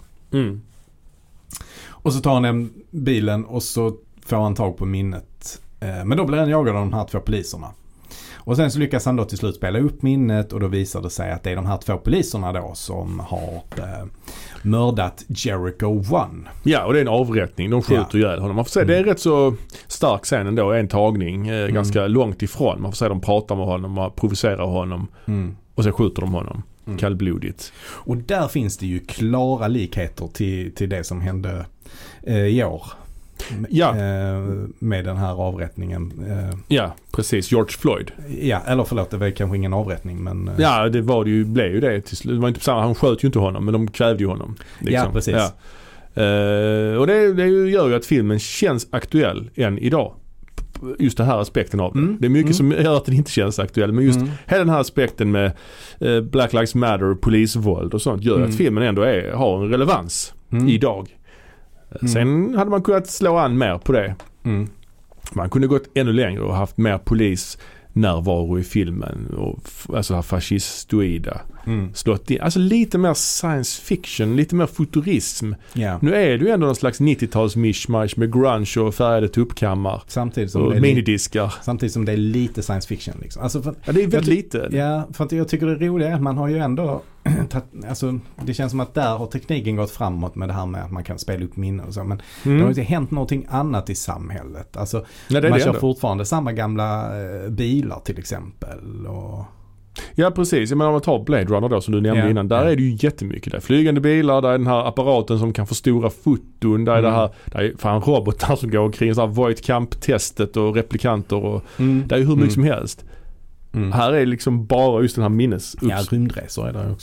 Och så tar han den bilen och så får han tag på minnet. Men då blir han jagad av de här 2 poliserna. Och sen så lyckas han då till slut spela upp minnet och då visar det sig att det är de här 2 poliserna då som har mördat Jericho One. Ja, och det är en avrättning. De skjuter ihjäl honom. Man får säga det är rätt så stark scen ändå. En tagning ganska långt ifrån. Man får säga de pratar med honom och provocerar honom. Och sen skjuter de honom. Kallblodigt. Och där finns det ju klara likheter till det som hände i år. Med den här avrättningen. Ja, precis. George Floyd. Ja, eller förlåt, det var kanske ingen avrättning, men... Ja, det var det ju, blev ju det till slut. Det var inte samma, han sköt ju inte honom, men de krävde ju honom. Liksom. Ja, precis. Ja. Och det gör ju att filmen känns aktuell än idag. Just den här aspekten av det. Det är mycket som gör att den inte känns aktuell, men just hela den här aspekten med Black Lives Matter, polisvåld och sånt gör att filmen ändå har en relevans idag. Sen hade man kunnat slå an mer på det. Man kunde gått ännu längre och haft mer polisnärvaro i filmen och alltså fascistoida slått in. Alltså lite mer science fiction, lite mer futurism. Nu är det ju ändå någon slags 90-tals mishmash med grunge och färgade tuppkammar samtidigt som och minidiskar. Samtidigt som det är lite science fiction liksom. Alltså det är väldigt lite. Ja, för att jag tycker det är roligt att man har ju ändå alltså, det känns som att där har tekniken gått framåt med det här med att man kan spela upp minnen och så, men det har inte hänt någonting annat i samhället. Alltså, man kör fortfarande samma gamla bilar till exempel och... Ja, precis. Jag menar om man tar Blade Runner då som du nämnde innan, där är det ju jättemycket där. Flygande bilar, där är den här apparaten som kan förstora foton, där är det här, där är fan robotar som går omkring så här Voight Camp-testet och replikanter och det är ju hur mycket som helst. Här är liksom bara just den här minnes... Ja, rymdresor är det också.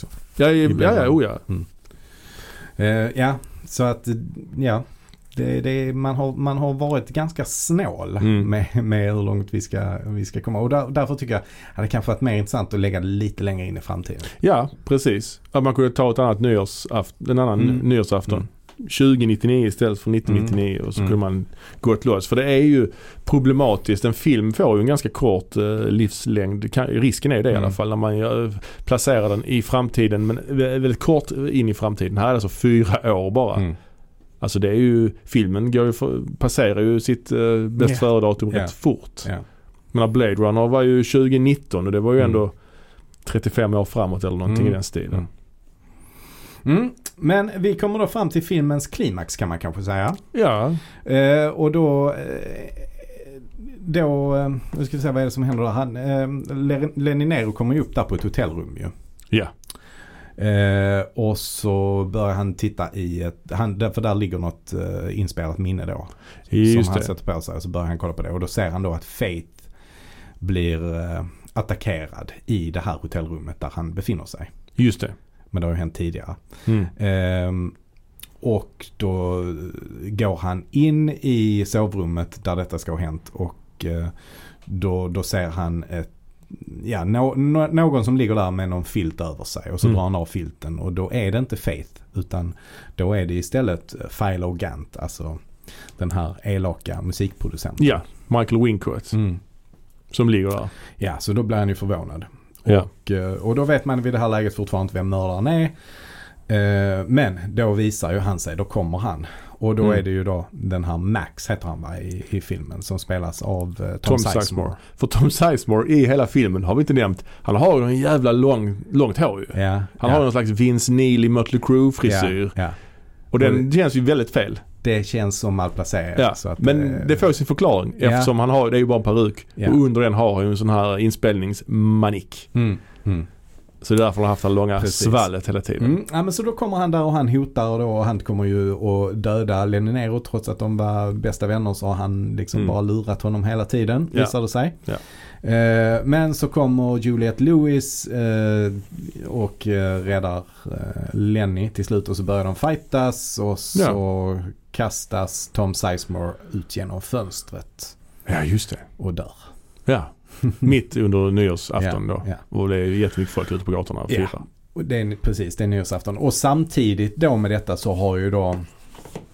Ja, så att man har varit ganska snål med hur långt vi ska komma. Och därför tycker jag att det kanske varit mer intressant att lägga det lite längre in i framtiden. Ja, precis. Att man kunde ta ett annat nyårsafton. 2099 istället för 1999 och så kunde man gått loss. För det är ju problematiskt. En film får ju en ganska kort livslängd. Risken är det i alla fall när man placerar den i framtiden, men väldigt kort in i framtiden. Här är det alltså 4 år bara. Alltså det är ju, filmen passerar ju sitt bäst före-datum rätt fort. Men Blade Runner var ju 2019 och det var ju ändå 35 år framåt eller någonting i den stilen. Men vi kommer då fram till filmens klimax kan man kanske säga. Ja. Och då nu ska vi se vad är det som händer där. Lenny Nero kommer ju upp där på ett hotellrum ju. Ja. Och så börjar han titta i för där ligger något inspelat minne då. Just som han sätter på sig och så börjar han kolla på det. Och då ser han då att Faith blir attackerad i det här hotellrummet där han befinner sig. Just det. Men det har ju hänt tidigare. Och då går han in i sovrummet där detta ska ha hänt och då ser han någon som ligger där med någon filt över sig och så drar han av filten och då är det inte Faith utan då är det istället Philo Gant, alltså den här elaka musikproducenten. Ja, Michael Wincott som ligger där. Ja, så då blir han ju förvånad. Ja. Och då vet man vid det här läget fortfarande inte vem mördaren är. Men då visar ju han sig, då kommer han. Och då är det ju då den här Max heter han i filmen som spelas av Tom Sizemore. För Tom Sizemore i hela filmen har vi inte nämnt. Han har ju en jävla långt hår ju. Ja, han har någon slags Vince Neil i Mötley Crüe frisyr. Ja. Och den känns ju väldigt fel. Det känns som malplacerat. Ja, så att men det får sin förklaring eftersom han har, det är ju bara en peruk. Och under den har han ju en sån här inspelningsmanik. Så det är därför han har haft det långa svallet hela tiden. Ja, men så då kommer han där och han hotar och då han kommer ju att döda Lenny Nero trots att de var bästa vänner så har han liksom bara lurat honom hela tiden, visar det sig. Ja. Men så kommer Juliette Lewis och räddar Lenny till slut och så börjar de fightas och så kastas Tom Sizemore ut genom fönstret. Ja, just det. Och dör. Ja. Mitt under nyårsafton då. Ja. Och det är jättemycket folk ute på gatorna och firar. Och det är nyårsafton. Och samtidigt då med detta så har ju då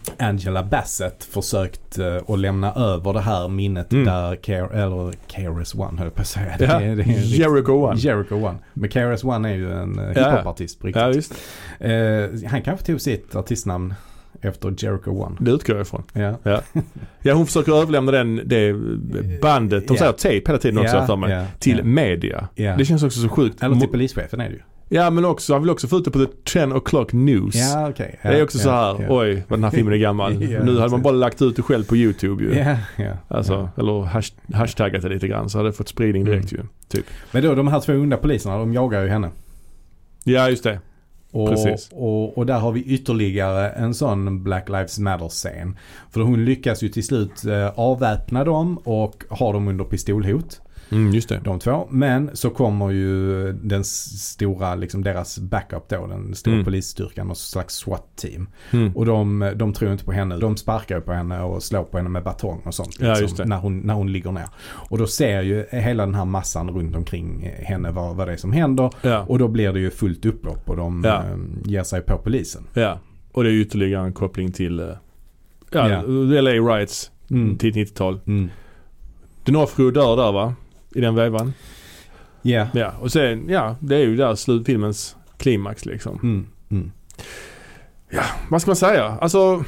Angela Bassett försökt att lämna över det här minnet där KRS-One höll på att säga. Ja, Jericho One. Men KRS-One är ju en hiphopartist på riktigt. Ja, visst. Han kanske tog sitt artistnamn efter Jericho One. Det utgår jag ifrån. Ja. Ja, hon försöker överlämna det bandet, de säger tape hela tiden också för mig, till media. Det känns också så sjukt. Eller till polischefen är det ju. Ja, men också, han vill också få ut det på the 10 o'clock news. Ja, okay. Det är också så här, oj, vad den här filmen är gammal. Nu hade man bara lagt ut det själv på YouTube ju. Alltså, eller hashtaggat det lite grann, så hade det fått spridning direkt ju. Typ. Men då, de här 2 onda poliserna, de jagar ju henne. Ja, just det. Precis. Och där har vi ytterligare en sån Black Lives Matter-scen. För hon lyckas ju till slut avväpna dem och ha dem under pistolhot. Just det. De 2. Men så kommer ju den stora, liksom deras backup då, den stora polisstyrkan och slags SWAT-team. Och de tror inte på henne. De sparkar på henne och slår på henne med batong och sånt. Ja, liksom, när hon ligger ner. Och då ser ju hela den här massan runt omkring henne vad det är som händer. Ja. Och då blir det ju fullt upplopp och de ger sig på polisen. Ja, och det är ytterligare en koppling till LA riots till 90-tal. D'Onofrio dör där, va? I den vevan. Yeah. Ja. Och sen, det är ju där slutfilmens klimax liksom. Ja, vad ska man säga? Alltså,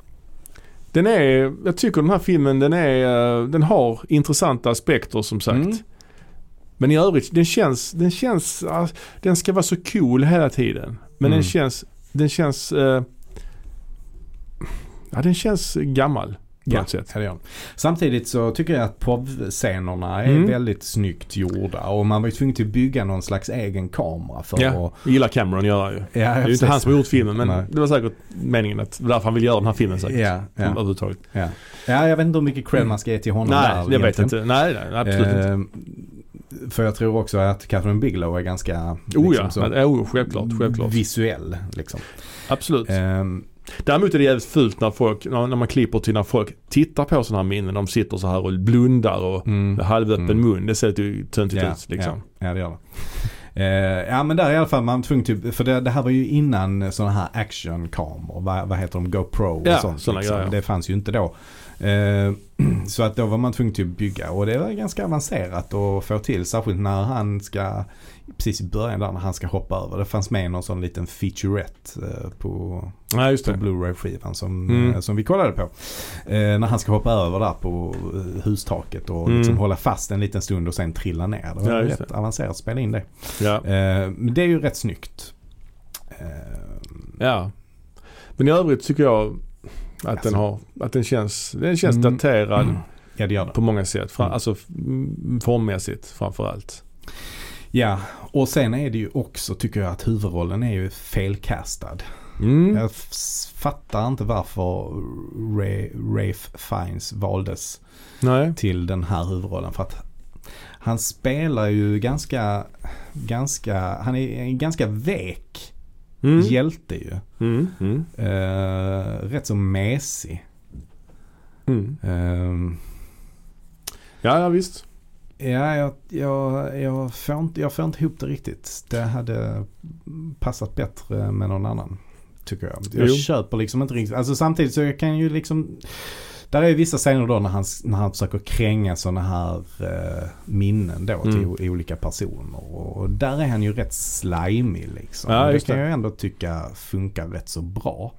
jag tycker den här filmen, den har intressanta aspekter som sagt. Men i övrigt, den ska vara så cool hela tiden. Men den känns gammal. Samtidigt så tycker jag att POV-scenerna är väldigt snyggt gjorda och man var ju tvungen till att bygga någon slags egen kamera för att... gillar Cameron göra ju. Det är ju inte han som har gjort filmen, men det var säkert meningen att därför han vill göra den här filmen säkert. Överhuvudtaget. Jag vet inte hur mycket cred man ska ge till honom. Nej, jag vet inte. Nej, absolut inte. För jag tror också att Catherine Bigelow är ganska självklart. Visuell liksom. Absolut. Däremot är det jävligt fult när man klipper till när folk tittar på sådana här minnen. De sitter så här och blundar och halvöppen mun. Det ser ju töntigt ut liksom. Ja, det gör det. Men där i alla fall man tvungen till, för det här var ju innan sådana här actionkameror. Vad heter de? GoPro och sånt. Liksom. Det fanns ju inte då. Så att då var man tvungen till att bygga och det var ganska avancerat att få till, särskilt när han ska precis i början där när han ska hoppa över. Det fanns med någon sån liten featurette på Blu-ray-skivan som vi kollade på. När han ska hoppa över där på hustaket och liksom hålla fast en liten stund och sen trilla ner. Det var rätt avancerat att spela in det. Men det är ju rätt snyggt. Men i övrigt tycker jag att den känns daterad på många sätt. Alltså formmässigt framförallt. Ja, och sen är det ju också, tycker jag, att huvudrollen är ju felkastad. Jag fattar inte varför Ralph Fiennes valdes till den här huvudrollen. För att han spelar ju ganska han är en ganska vek hjälte ju. Rätt så mesig. Ja, visst. Ja, jag får inte ihop det riktigt. Det hade passat bättre med någon annan, tycker jag. Jag köper liksom inte riktigt. Alltså samtidigt så jag kan ju liksom... Där är vissa scener då när han försöker kränga såna här minnen då till olika personer. Och där är han ju rätt slimy liksom. Ja, det kan jag ändå tycka funkar rätt så bra.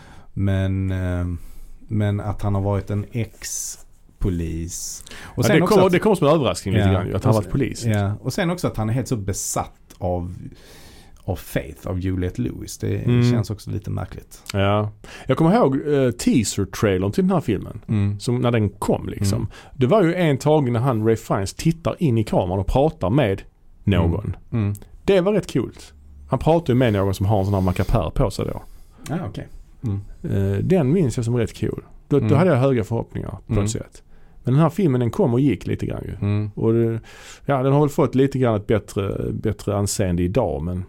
Men att han har varit en ex-polis. Och sen det kommer som en överraskning lite grann, att han har varit polis. Ja. Och sen också att han är helt så besatt av Faith, av Juliette Lewis. Det känns också lite märkligt. Ja. Jag kommer ihåg teaser-trailern till den här filmen. Som när den kom liksom. Det var ju en tag när han, Ralph Fiennes, tittar in i kameran och pratar med någon. Det var rätt kul. Han pratar ju med någon som har en sån här macapär på sig då. Ja, okej. Den minns jag som rätt kul. Då hade jag höga förhoppningar på något sätt. Men den här filmen, den kom och gick lite grann ju. Och den har väl fått lite grann ett bättre anseende idag, men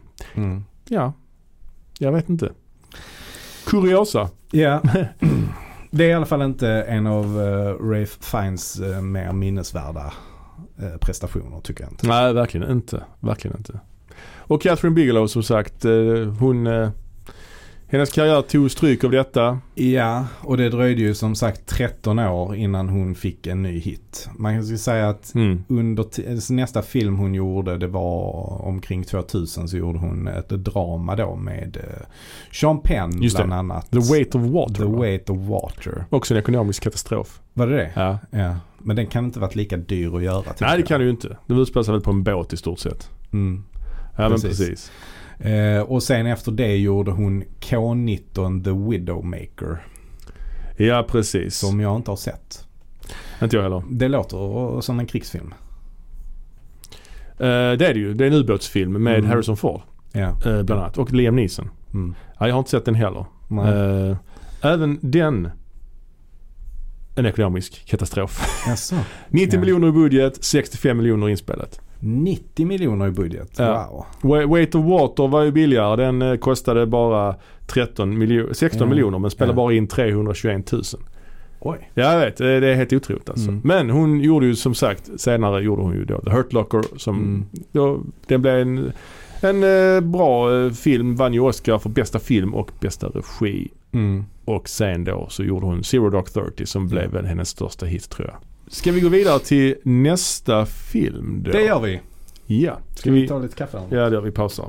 jag vet inte. Kuriosa. Ja. Det är i alla fall inte en av Ralph Fiennes mer minnesvärda prestationer, tycker jag inte. Nej, verkligen inte. Och Catherine Bigelow, som sagt, hon Hennes karriär tog stryk av detta. Ja, och det dröjde ju som sagt 13 år innan hon fick en ny hit. Man kan säga att under nästa film hon gjorde, det var omkring 2000, så gjorde hon ett drama då med Sean Penn bland annat. The Weight of Water. The Weight of Water. Också en ekonomisk katastrof. Var det? Ja. Ja. Men den kan inte varit lika dyr att göra. Nej, det kan det ju inte. Den utspelar sig väl på en båt i stort sett. Ja, men precis. Och sen efter det gjorde hon K-19 The Widowmaker. Ja, precis. Som jag inte har sett. Inte jag heller. Det låter som en krigsfilm. Det är det ju. Det är en ubåtsfilm med Harrison Ford. Ja. Bland annat. Och Liam Neeson. Ja, jag har inte sett den heller. Även den en ekonomisk katastrof. Jaså. 90 miljoner i budget, 65 miljoner inspelat. 90 miljoner i budget. Ja. Wow. Weight of Water var ju billigare. Den kostade bara 16 miljoner men spelade bara in 321 000. Oj. Ja, jag vet. Det är helt otroligt alltså. Men hon gjorde ju som sagt, senare gjorde hon ju då The Hurt Locker som då, den blev en bra film, vann ju Oscar för bästa film och bästa regi. Och sen då så gjorde hon Zero Dark 30 som blev väl hennes största hit, tror jag. Ska vi gå vidare till nästa film då? Det gör vi. Ja. Ska vi ta lite kaffe? Ja, det gör vi. Pausar.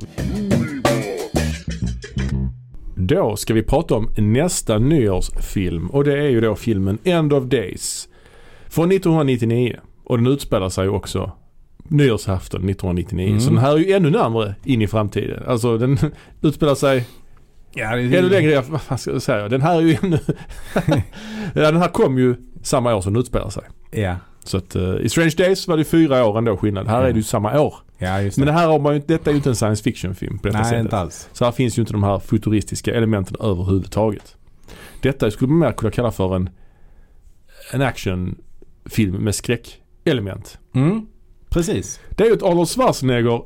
Då ska vi prata om nästa nyårsfilm. Och det är ju då filmen End of Days. Från 1999. Och den utspelar sig också nyårsafton 1999. Så den här är ju ännu närmare in i framtiden. Alltså den utspelar sig... Ja, ännu längre, vad ska jag säga? Den här är ju ännu... ja, den här kom ju samma år som den utspelar sig. Ja. Så att i Strange Days var det 4 år ändå skillnad. Här är det ju samma år. Ja, just det. Men det här har man ju, detta är ju inte en science fiction-film på detta sättet. Nej, inte alls. Så här finns ju inte de här futuristiska elementen överhuvudtaget. Detta skulle man mer kunna kalla för en actionfilm med skräckelement. Precis. Det är ju ett Arnold Schwarzenegger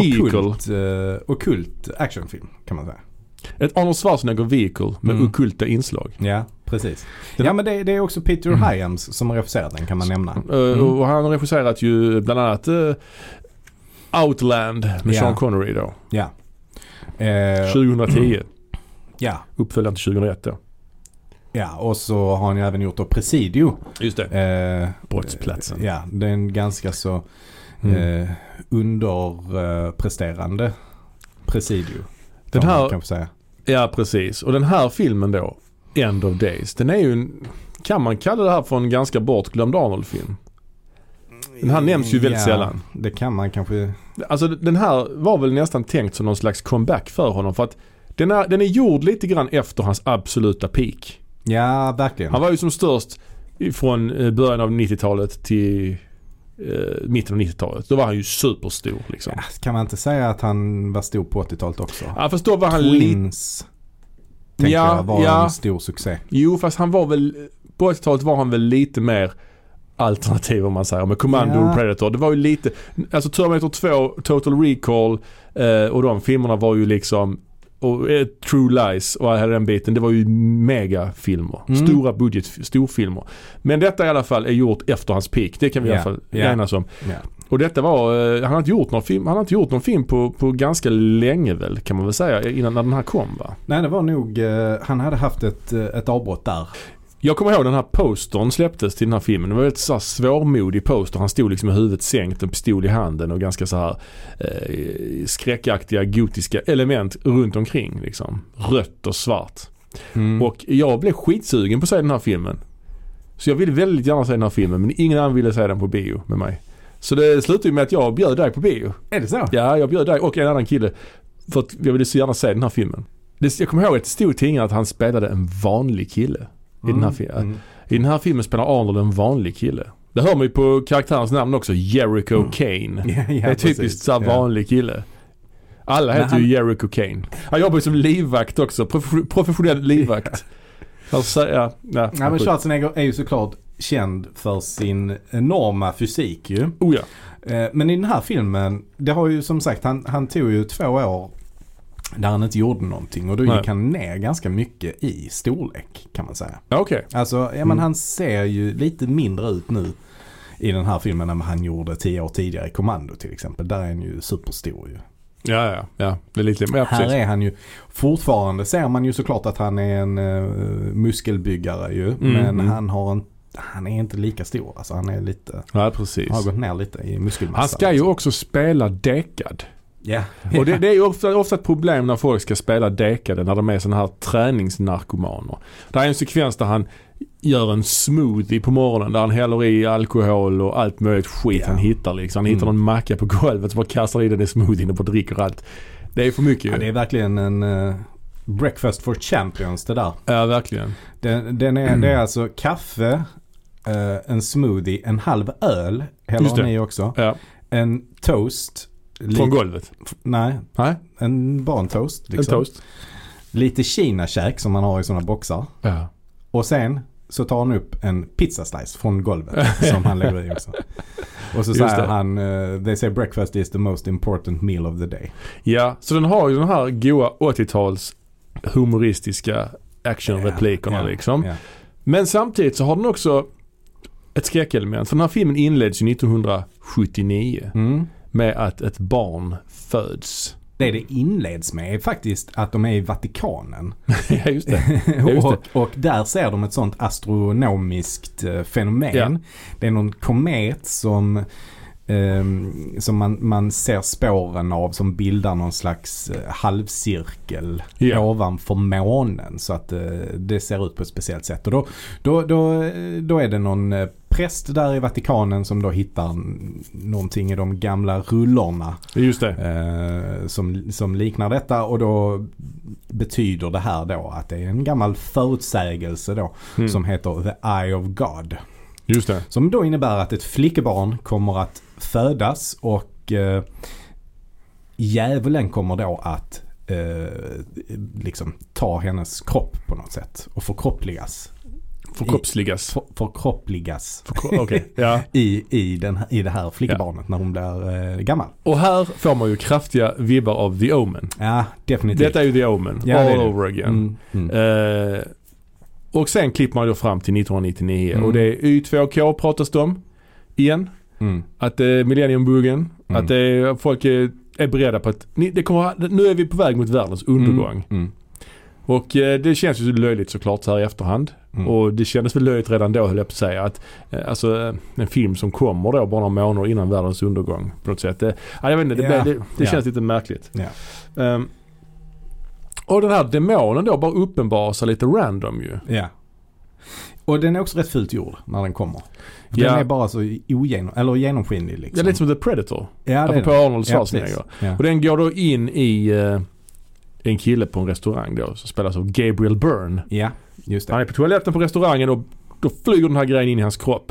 ockult actionfilm kan man säga. Ett Arnold Schwarzenegger vehicle med ockulta inslag. Ja, precis. Ja, men det är också Peter Hyams som har regisserat den, kan man nämna. Och han har regisserat ju bland annat Outland med Sean Connery då. Ja. 2010. Ja. Uppföljaren till 2001 då. Ja, och så har han ju även gjort då Presidio. Just det. Brottsplatsen. Ja, det är en ganska så underpresterande Presidio. Den här, kan man säga. Ja, precis. Och den här filmen då, End of Days, den är ju kan man kalla det här för en ganska bortglömd Arnold-film? Den här nämns ju väldigt sällan. Det kan man kanske... Alltså den här var väl nästan tänkt som någon slags comeback för honom, för att den är gjord lite grann efter hans absoluta peak. Ja, verkligen. Han var ju som störst från början av 90-talet till mitten av 90-talet. Då var han ju superstor liksom. Ja, kan man inte säga att han var stor på 80-talet också? Ja, fast då var han Twins jag var en stor succé. Jo, fast han var väl på 80-talet var han väl lite mer alternativ, om man säger, med Commando och Predator. Det var ju lite, alltså Terminator 2, Total Recall och de filmerna var ju liksom, och True Lies och hela den biten, det var ju megafilmer. Stora budget, storfilmer. Men detta i alla fall är gjort efter hans peak. Det kan vi i alla fall enas om. Och detta var, han har inte gjort någon film på ganska länge väl, kan man väl säga, innan när den här kom, va? Nej, det var nog, han hade haft ett avbrott där. Jag kommer ihåg den här postern släpptes till den här filmen. Det var ett så här svårmodig poster. Han stod liksom med huvudet sänkt, en pistol i handen och ganska så här skräckaktiga gotiska element runt omkring liksom. Rött och svart. Och jag blev skitsugen på att se den här filmen. Så jag ville väldigt gärna se den här filmen, men ingen annan ville se den på bio med mig. Så det slutade ju med att jag bjöd dig på bio. Är det så? Ja, jag bjöd dig och en annan kille för att jag ville så gärna se den här filmen. Jag kommer ihåg att det stod i tidningen att han spelade en vanlig kille. I den här filmen spelar Arnold en vanlig kille. Det hör man ju på karaktärens namn också, Jericho Kane. Det är typiskt så vanlig kille. Alla heter ju Jericho Kane. Han jobbar ju som livvakt också, professionell livvakt. Alltså, men Schwarzenegger är ju såklart känd för sin enorma fysik ju. Oh ja. Men i den här filmen, det har ju som sagt, han tog ju 2 år där han inte gjorde någonting, och då gick han ner ganska mycket i storlek, kan man säga. Okay. Alltså, men han ser ju lite mindre ut nu i den här filmen än han gjorde 10 år tidigare i Commando till exempel. Där är han ju superstor ju. Ja. Det är lite mer här precis. är han ju fortfarande, ser man ju såklart att han är en muskelbyggare ju, men han är inte lika stor. Alltså han är lite, Precis. har gått ner lite i muskelmassa. Han ska ju också spela dekad. Ja. Och det är ju ofta ett problem när folk ska spela dekade, när de är såna här träningsnarkomaner. Det är en sekvens där han gör en smoothie på morgonen där han häller i alkohol och allt möjligt skit han hittar liksom. Han hittar någon macka på golvet så bara kastar i den i smoothien och bara dricker allt. Det är för mycket ju. Ja, det är verkligen en breakfast for champions det där. Ja, verkligen. Det är alltså kaffe, en smoothie, en halv öl, häller ni också. Ja. En toast. Från golvet? Nej. Bara en toast. Liksom. En toast. Lite kinakäk som man har i sådana boxar. Ja. Och sen så tar han upp en pizzaslice från golvet som han lägger i också. Och så säger han, they say breakfast is the most important meal of the day. Ja, så den har ju den här goa 80-tals humoristiska actionreplikerna liksom. Ja. Men samtidigt så har den också ett skräckelement. För den här filmen inleds ju 1979 med att ett barn föds. Det inleds med är faktiskt att de är i Vatikanen. Ja, just det. Och där ser de ett sånt astronomiskt fenomen. Ja. Det är någon komet som man ser spåren av som bildar någon slags halvcirkel ovanför månen så att det ser ut på ett speciellt sätt. Och då är det någon präst där i Vatikanen som då hittar någonting i de gamla rullorna. Just det. Som liknar detta, och då betyder det här då att det är en gammal förutsägelse då som heter The Eye of God. Just det. Som då innebär att ett flickebarn kommer att födas och djävulen kommer då att liksom ta hennes kropp på något sätt och förkroppsligas. Okay. Ja. i det här flickebarnet när hon blir gammal. Och här får man ju kraftiga vibbar av The Omen. Ja, definitivt. Detta är ju The Omen. All over again. Och sen klipper man då fram till 1999 och det är Y2K pratas det om igen. Att det är millenniumbuggen, att det är, folk är beredda på att nu är vi på väg mot världens undergång. Och det känns ju löjligt såklart så här i efterhand. Och det kändes väl löjligt redan då, höll jag på att säga, att alltså en film som kommer då bara några månader innan världens undergång på något sätt. Jag vet inte, det känns lite märkligt. Och den här demonen då bara uppenbarar sig lite random ju. Ja. Och den är också rätt fult gjord när den kommer. Den är bara så genomskinlig liksom. Ja, lite som The Predator. Ja, på Arnold Schwarzenegger. Och den går då in i en kille på en restaurang då som spelas av Gabriel Byrne. Ja, just det. Han är på toaletten på restaurangen och då flyger den här grejen in i hans kropp.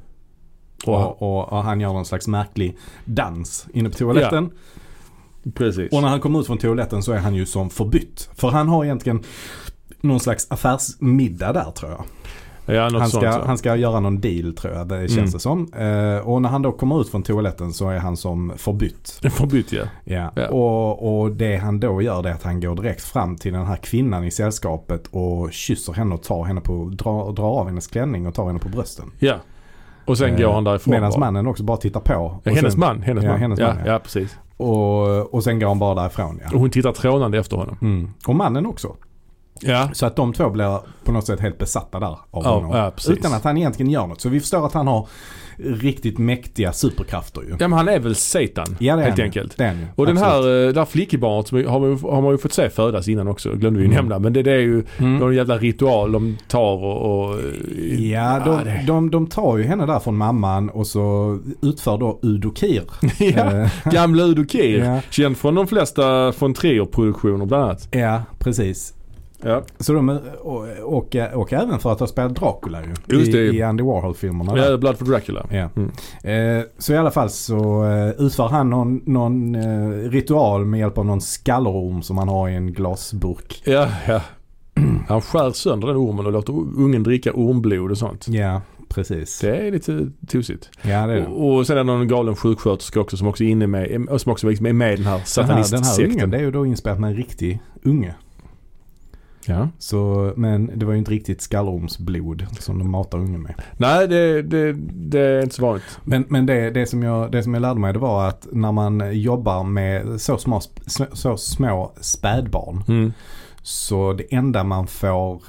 Och han gör någon slags märklig dans inne på toaletten. Ja. Precis. Och när han kommer ut från toaletten så är han ju som förbytt. För han har egentligen någon slags affärsmiddag där, tror jag. Ja, han ska göra någon deal, tror jag. Det känns det som. Och när han då kommer ut från toaletten så är han som förbytt. Förbytt, ja. Och det han då gör är att han går direkt fram till den här kvinnan i sällskapet och kysser henne och tar henne drar av hennes klänning och tar henne på brösten. Ja. Och sen går han därifrån. Medan mannen också bara tittar på. Ja, hennes man. Ja, precis. Och sen går han bara därifrån. Ja. Och hon tittar trånande efter honom. Och mannen också. Ja. Så att de två blir på något sätt helt besatta där av honom. Ja, utan att han egentligen gör något. Så vi förstår att han har riktigt mäktiga superkrafter ju. Ja, men han är väl Satan, helt enkelt. Det är han ju. Och den här flickebarnet har man ju fått se födas innan också, glömde vi ju nämna. Men det är ju någon jävla ritual de tar och ja, de tar ju henne där från mamman och så utför då Udo Kier. Ja, gamla Udo Kier. Känd från de flesta från Trier-produktioner bland annat. Ja, precis. Ja. Så och även för att ha spelat Dracula ju. I Andy Warhol-filmerna. Ja, Blood for Dracula. Ja. Så i alla fall så utför han någon ritual med hjälp av någon skallerorm som han har i en glasburk. Ja. Han skär sönder den ormen och låter ungen dricka ormblod och sånt. Ja, precis. Det är lite tosigt. Ja, det är det. Och sen är det någon galen sjuksköterska också som också är inne med, och som också är med i den här satanistsekten. Den här ungen, det är ju då inspelat med en riktig unge. Ja. Så, men det var ju inte riktigt skallormsblod som de matar ungen med. Nej, det är inte så vanligt. Men det som jag lärde mig, det var att när man jobbar med så små spädbarn, så det enda man får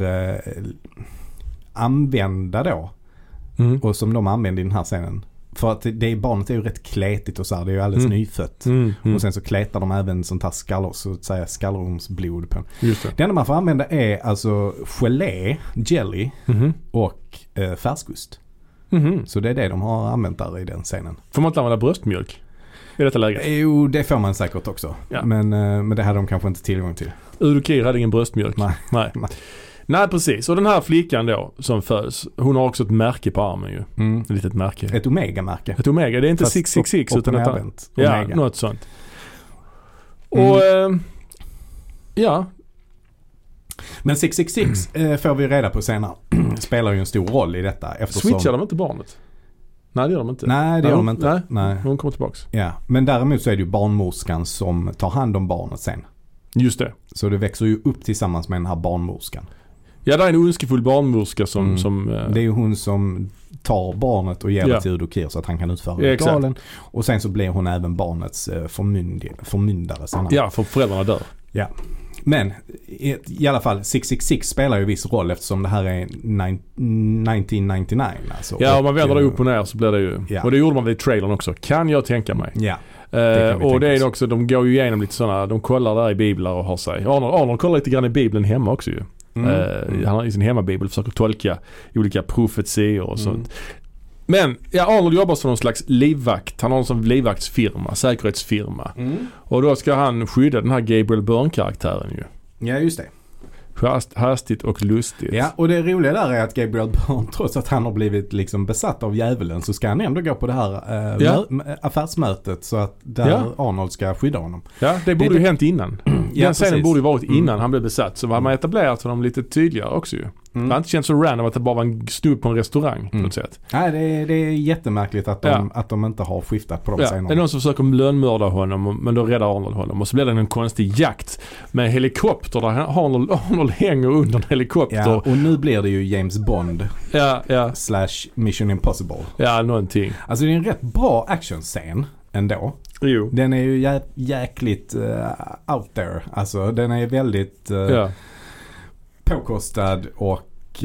använda då, och som de använder i den här scenen, för att barnet är ju rätt kletigt och så här, det är ju alldeles nyfött. Och sen så kletar de även sånt här skallormsblod på. Just det. Det enda man får använda är alltså gelé, jelly och färskost. Så det är det de har använt där i den scenen. Får man inte använda bröstmjölk i detta läget? Jo, det får man säkert också. Ja. Men det hade de kanske inte tillgång till. Udokir hade ingen bröstmjölk. Nej, precis. Och den här flickan då som föds, hon har också ett märke på armen ju. Ett litet märke. Ett Omega-märke. Ett Omega, det är inte 666 utan ett annat. Ja, något sånt. Och ja. Men 666 får vi reda på senare. Spelar ju en stor roll i detta. Switchar de inte barnet? Nej, det gör de inte. Nej, det gör de inte. Nej. Hon kommer tillbaks. Ja, men däremot så är det ju barnmorskan som tar hand om barnet sen. Just det. Så det växer ju upp tillsammans med den här barnmorskan. Ja, det är en ondskefull barnmorska som det är ju hon som tar barnet och ger det till Udokir så att han kan utföra ritualen. Och sen så blir hon även barnets förmyndare senare. Ja, för föräldrarna dör. Ja. Men i alla fall 666 spelar ju viss roll eftersom det här är 1999 alltså. Ja, om man vänder det upp och ner så blir det ju. Ja. Och det gjorde man väl i trailern också, kan jag tänka mig. Ja. Och det är också, de går ju igenom lite sådana, de kollar där i biblar och har sig. Arnold kollar lite grann i bibeln hemma också ju. Han har i sin hemmabibel försöker tolka olika profetior och sånt. Men Arnold jobbar som någon slags livvakt. Han har en sån livvaktsfirma, säkerhetsfirma. Och då ska han skydda den här Gabriel Byrne-karaktären ju. Ja, just det. Hastigt och lustigt. Ja, och det roliga där är att Gabriel Byrne, trots att han har blivit liksom besatt av djävulen, så ska han ändå gå på det här affärsmötet så att Arnold ska skydda honom. Ja, det borde ju hänt innan. Den scenen borde ju varit innan han blev besatt. Så hade man etablerat honom lite tydligare också ju. Det har inte känts så random att det bara var en snubb på en restaurang på något sätt. Nej, det är jättemärkligt att de inte har skiftat på de scenerna. Det är någon som försöker lönnmörda honom, men då räddar Arnold honom. Och så blir det en konstig jakt med helikopter där Arnold hänger under en helikopter. Ja, och nu blir det ju James Bond / Mission Impossible. Ja, någonting. Alltså det är en rätt bra actionscen ändå. Jo. Den är ju jäkligt out there. Alltså den är väldigt påkostad och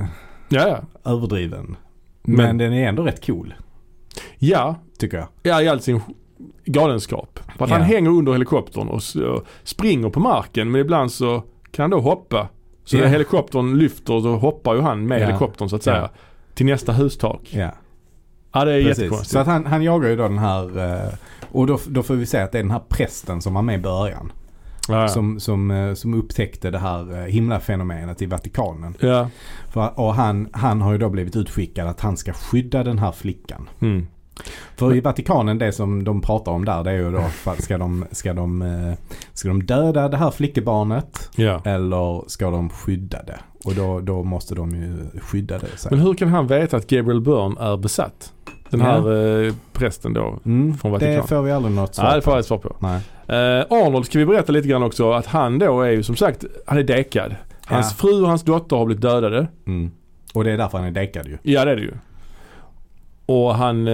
överdriven. Men den är ändå rätt cool. Ja. Tycker jag. Ja, i all sin galenskap. För att han hänger under helikoptern och springer på marken, men ibland så kan han då hoppa. Så när helikoptern lyfter så hoppar ju han med helikoptern så att säga till nästa hustak. Ja. Ja, det är jättekonstigt. Så att han jagar ju då den här och då får vi säga att det är den här prästen som var med i början. Som upptäckte det här himlafenomenet i Vatikanen. Ja. Och han har ju då blivit utskickad att han ska skydda den här flickan. För i Vatikanen, det som de pratar om där, det är ju då ska de döda det här flickebarnet eller ska de skydda det? Och då måste de ju skydda det. Så. Men hur kan han veta att Gabriel Byrne är besatt? Den här prästen då från Vatikan. Det får vi aldrig något svar på. Nej, det får jag ett svar på. Arnold ska vi berätta lite grann också att han då är ju som sagt, han är dekad. Hans fru och hans dotter har blivit dödade. Och det är därför han är dekad ju. Ja, det är det ju. Och han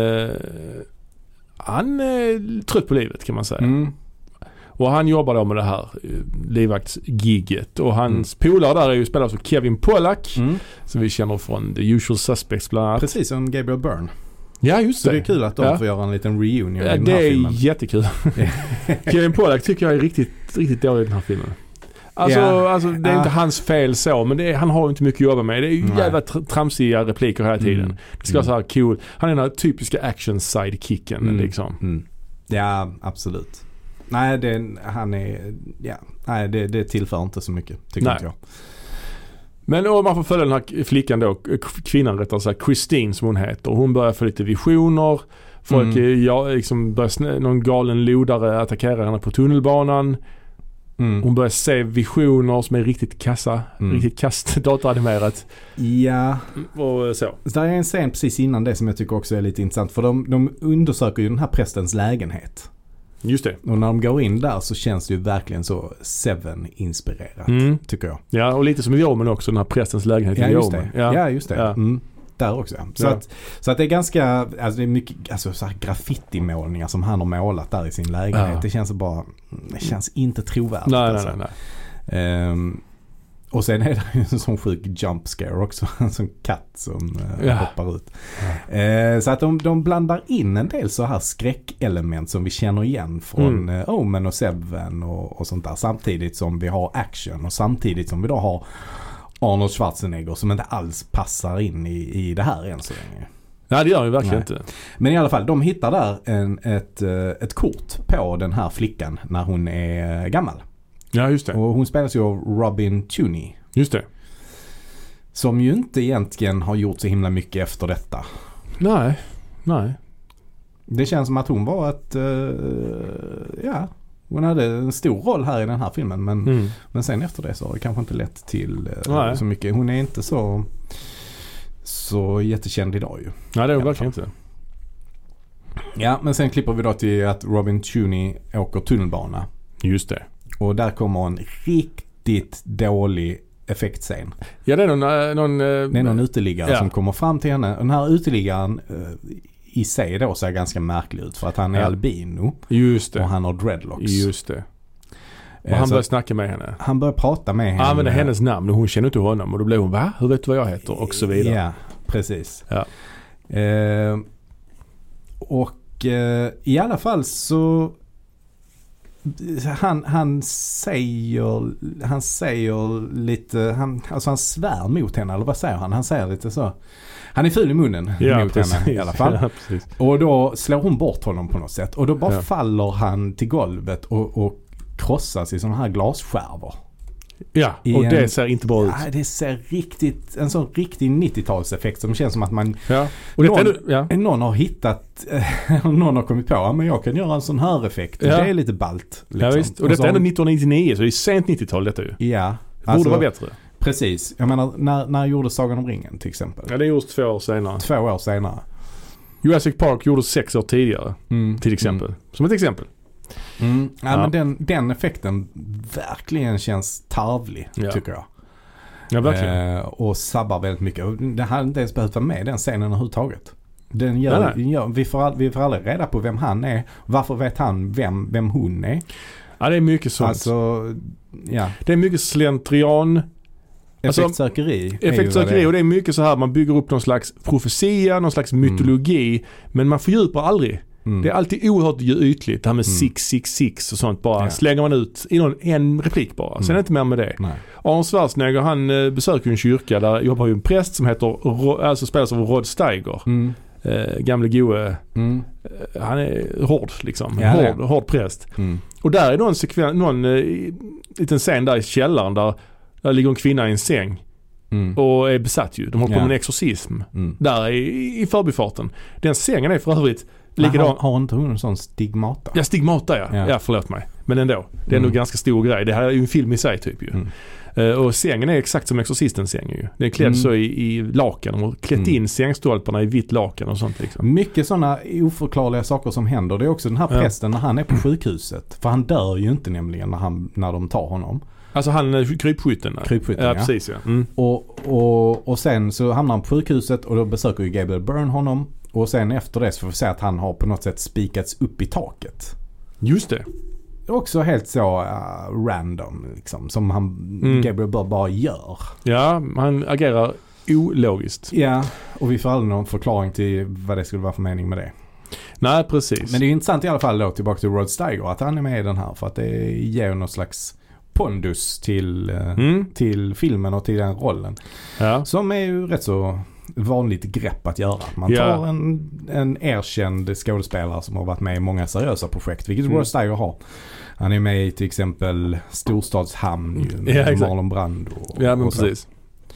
är trött på livet kan man säga. Och han jobbar då med det här livvaktsgigget. Och hans polare där är ju spelad av Kevin Pollak som vi känner från The Usual Suspects bland annat. Precis som Gabriel Byrne. Ja, just det. Så det är kul att de får göra en liten reunion i den här filmen. Det är jättekul. Kevin Pollak tycker jag är riktigt dålig i den här filmen. Alltså det är inte hans fel så, men han har ju inte mycket att jobba med. Det är ju jävla tramsiga repliker hela tiden. Det ska vara så här cool. Han är den här typiska action sidekicken liksom. Ja, absolut. Nej, det tillför inte så mycket, tycker inte jag. Men man får följa den här flickan då, kvinnan rättare sagt, Christine som hon heter. Hon börjar få lite visioner. Folk någon galen lodare attackerar henne på tunnelbanan. Hon börjar se visioner som är riktigt kassa, riktigt kast datoranimerat. Ja. Och så. Så där är en scen precis innan det som jag tycker också är lite intressant. För de undersöker ju den här prästens lägenhet. Just det. Och när de går in där så känns det ju verkligen så Seven-inspirerat, tycker jag. Ja, och lite som i Omen också, den här prästens lägenhet i Omen. Ja, just det. Ja. Där också. Så att det är ganska, alltså det är mycket så här graffiti-målningar som han har målat där i sin lägenhet. Det känns bara, det känns inte trovärdigt. Nej. Och sen är det ju en sån sjuk jump scare också. En sån katt som hoppar ut. Så att de blandar in en del så här skräckelement som vi känner igen från Omen och Seven och sånt där. Samtidigt som vi har action och samtidigt som vi då har Arnold Schwarzenegger som inte alls passar in i det här än så länge. Nej, det gör vi verkligen inte. Men i alla fall, de hittar där ett kort på den här flickan när hon är gammal. Ja, just det. Och hon spelas ju av Robin Tunney. Just det. Som ju inte egentligen har gjort så himla mycket efter detta. Nej. Det känns som att hon var hon hade en stor roll här i den här filmen. Men sen efter det så har det kanske inte lett till så mycket. Hon är inte så jättekänd idag ju. Nej, det är verkligen inte. Ja, men sen klipper vi då till att Robin Tunney åker tunnelbana. Just det. Och där kommer en riktigt dålig effektscen. Ja, det är någon uteliggare som kommer fram till henne. Den här uteliggaren i sig då ser ganska märklig ut för att han är albino. Just det. Och han har dreadlocks. Just det. Och han börjar snacka med henne. Han börjar prata med henne. Använder hennes namn och hon känner inte honom. Och då blir hon, va? Hur vet du vad jag heter? Och så vidare. Ja, precis. Ja. I alla fall så han säger lite han svär mot henne, eller vad säger han? Han säger lite så. Han är ful i munnen mot henne i alla fall. Ja, och då slår hon bort honom på något sätt. Och då bara faller han till golvet och krossas i sådana här glasskärvor. Ja, och det ser inte bra ut. Ja, det ser en sån riktig 90-talseffekt som känns som att man och någon har hittat någon har kommit på men jag kan göra en sån här effekt. Det är lite ballt. Liksom. Ja, visst. Och detta är ändå 1999 så det är sent 90-tal detta ju. Ja. Borde vara bättre. Precis. Jag menar, när gjorde Sagan om ringen till exempel? Ja, det gjordes 2 år senare. 2 år senare. Jurassic Park gjordes 6 år tidigare till exempel. Som ett exempel. Men den effekten verkligen känns tarvlig tycker jag. Ja, verkligen. Och sabbar väldigt mycket. Det hade inte ens behövt vara med den scenen överhuvudtaget. Vi får aldrig reda på vem han är. Varför vet han vem hon är? Ja, det är mycket sånt. Alltså, det är mycket slentrian. Effektsökeri och det är mycket så här, man bygger upp någon slags profetia, någon slags mytologi, men man fördjupar aldrig. Det är alltid oerhört ytligt. Det här med 666 och sånt bara slänger man ut i en replik bara. Sen är det inte mer med det. Arnold Schwarzenegger, han besöker en kyrka där jobbar ju en präst som heter, spelas av Rod Steiger. Gamle goe. Han är hård liksom. Hård präst. Och där är någon liten scen där i källaren där ligger en kvinna i en säng. Och är besatt ju. De har kommit en exorcism. Där i förbifarten. Den sängen är för övrigt har inte hon en sån stigmata? Ja, stigmata ja, förlåt mig. Men ändå, det är nog ganska stor grej. Det här är ju en film i sig typ ju. Och sängen är exakt som exorcistens säng ju. Den är klädd så i lakan. De har klätt in sängstolparna i vitt lakan och sånt liksom. Mycket sådana oförklarliga saker som händer. Det är också den här prästen när han är på sjukhuset. För han dör ju inte nämligen när de tar honom. Alltså han krypskytten. Ja, precis ja. Och sen så hamnar han på sjukhuset och då besöker ju Gabriel Byrne honom. Och sen efter det så får vi se att han har på något sätt spikats upp i taket. Just det. Också helt så random liksom, som Gabriel Byrne bara gör. Ja, han agerar ologiskt. Ja, och vi får aldrig någon förklaring till vad det skulle vara för mening med det. Nej, precis. Men det är intressant i alla fall då, tillbaka till Rod Steiger, att han är med i den här för att det ger någon slags pondus till filmen och till den rollen. Ja. Som är ju rätt så vanligt grepp att göra. Man tar en erkänd skådespelare som har varit med i många seriösa projekt, vilket Rod Steiger har. Han är med i till exempel Storstadshamn med Marlon Brando. Ja, men precis.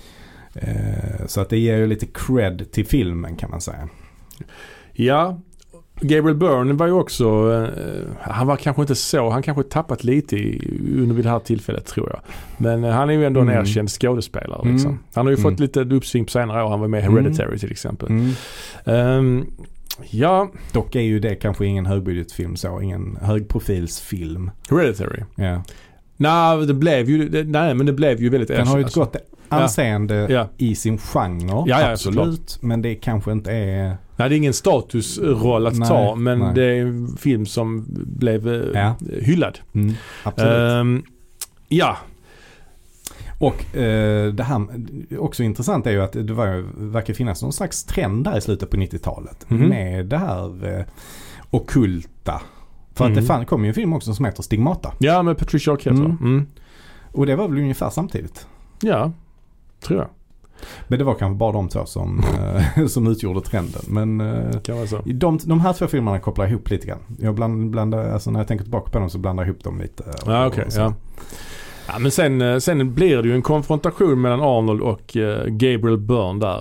Så att det ger ju lite cred till filmen kan man säga. Ja, Gabriel Byrne var ju också han var kanske inte så, han kanske tappat lite under vid det här tillfället tror jag. Men han är ju ändå en erkänd skådespelare liksom. Han har ju fått lite uppsving på senare år. Han var med i Hereditary till exempel. Ja. Dock är ju det kanske ingen högbudgetfilm så, ingen högprofilsfilm. Hereditary. Ja. Nej, men det blev ju väldigt... Den har ju ett gott anseende i sin genre. Ja, absolut. Men det kanske inte är... Nej, det är ingen statusroll att ta, men det är en film som blev hyllad. Absolut. Ja. Och det här också intressant är ju att det verkar finnas någon slags trend där i slutet på 90-talet med det här ockulta. För att det kom ju en film också som heter Stigmata. Ja, med Patricia Arquette. Och det var väl ungefär samtidigt? Ja, tror jag. Men det var kanske bara de två som utgjorde trenden. Men kan vara så. De här två filmerna kopplar ihop lite grann. Jag blandar, alltså när jag tänker tillbaka på dem så blandar jag ihop dem lite. Ja, men sen blir det ju en konfrontation mellan Arnold och Gabriel Byrne där.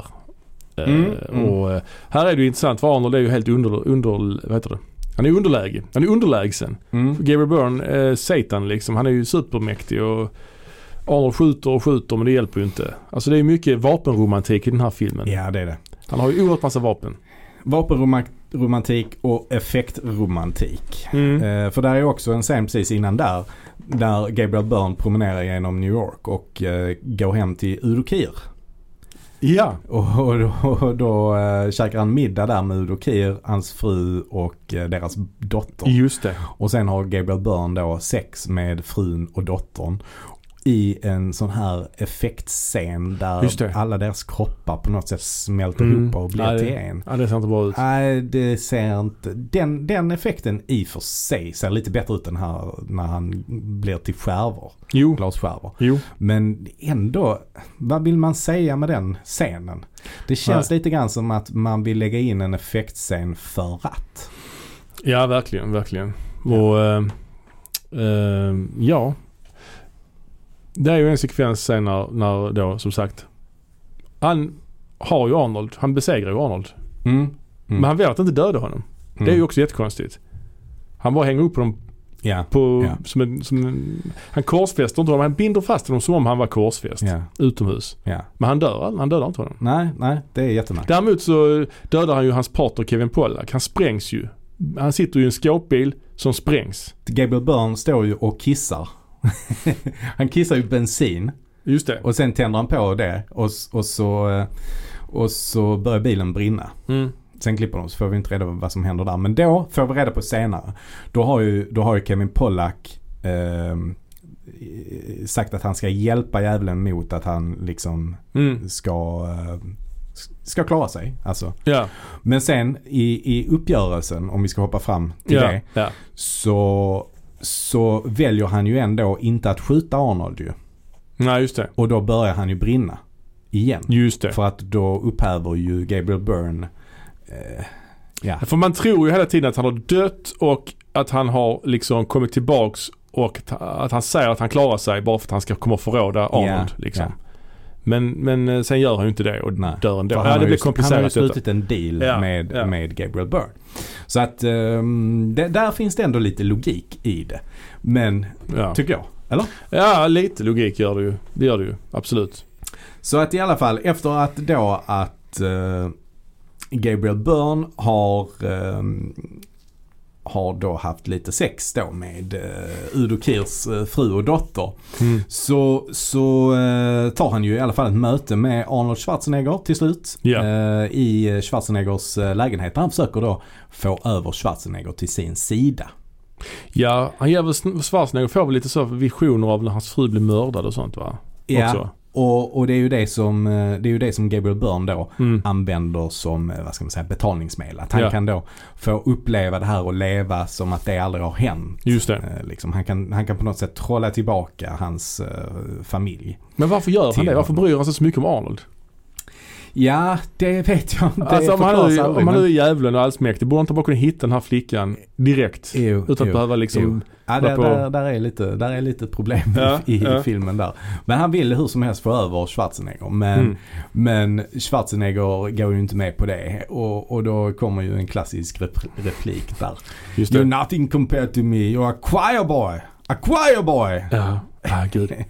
Och här är det ju intressant, för Arnold är ju helt vad heter det? Han är underläge. Han är underlägsen. Gabriel Byrne, Satan liksom. Han är ju supermäktig och Arnold skjuter men det hjälper ju inte. Alltså det är mycket vapenromantik i den här filmen. Ja, det är det. Han har ju oerhört massa vapen. Vapenromantik och effektromantik. För där är också en scen precis innan där Gabriel Byrne promenerar genom New York och går hem till Udo-Kier. Ja. Och då käkar han middag där med Udo-Kier, hans fru och deras dotter. Just det. Och sen har Gabriel Byrne då sex med frun och dottern i en sån här effektscen där alla deras kroppar på något sätt smälter ihop och blir till en. Ja, det ser inte bra ut. Nej, det ser inte... Den effekten i för sig ser lite bättre ut än här när han blir till skärvor. Glasskärvor. Jo. Men ändå, vad vill man säga med den scenen? Det känns lite grann som att man vill lägga in en effektscen för att. Ja, verkligen. Och ja. Det är ju en sekvens sen när då, som sagt, han har ju Arnold, han besegrar ju Arnold. Men han vet inte döda honom. Det är ju också jättekonstigt. Han bara hänger upp på dem han korsfäster inte honom, han binder fast honom som om han var korsfäst utomhus. Men han dödar inte honom. Nej, det är jättemärkligt. Däremot så dödar han ju hans partner Kevin Pollak. Han sprängs ju. Han sitter ju i en skåpbil som sprängs. Gabriel Byrne står ju och kissar. Han kissar ju bensin. Just det. Och sen tänder han på det och så börjar bilen brinna. Sen klipper de, så får vi inte reda på vad som händer där. Men då får vi reda på senare. Då har ju Kevin Pollak sagt att han ska hjälpa djävulen mot att han liksom ska klara sig. Alltså. Ja. Men sen i uppgörelsen, om vi ska hoppa fram till det, så väljer han ju ändå inte att skjuta Arnold ju. Nej, just det. Och då börjar han ju brinna igen. Just det. För att då upphäver ju Gabriel Byrne För man tror ju hela tiden att han har dött och att han har liksom kommit tillbaks och att han säger att han klarar sig bara för att han ska komma och förråda Arnold liksom. Men sen gör han ju inte det och dör ändå. Det blir komplicerat. Han har ju slutit en deal med Gabriel Byrne. Så att där finns det ändå lite logik i det. Men tycker jag, eller? Ja, lite logik gör det ju. Det gör det ju, absolut. Så att i alla fall, efter att Gabriel Byrne har då haft lite sex då med Udo Kiers fru och dotter. Så tar han ju i alla fall ett möte med Arnold Schwarzenegger till slut i Schwarzeneggers lägenhet. Han försöker då få över Schwarzenegger till sin sida. Ja, han ger väl Schwarzenegger får väl lite så visioner av när hans fru blir mördad och sånt, va? Ja. Också. Och det är ju det som Gabriel Byrne då använder som, vad ska man säga, betalningsmedel. Att han kan då få uppleva det här och leva som att det aldrig har hänt. Just det. Liksom, han kan på något sätt trolla tillbaka hans familj. Men varför gör han det? Varför bryr han sig så mycket om Arnold? Ja, det vet jag inte. Alltså om han nu är djävulen och allsmäktig, borde han inte bara kunna hitta den här flickan direkt utan att behöva liksom... Ja, där är lite problem i filmen där. Men han vill hur som helst få över Schwarzenegger. Men Schwarzenegger går ju inte med på det. Och då kommer ju en klassisk replik där. You're nothing compared to me. You're a choir boy. A choir boy. Ja, gud.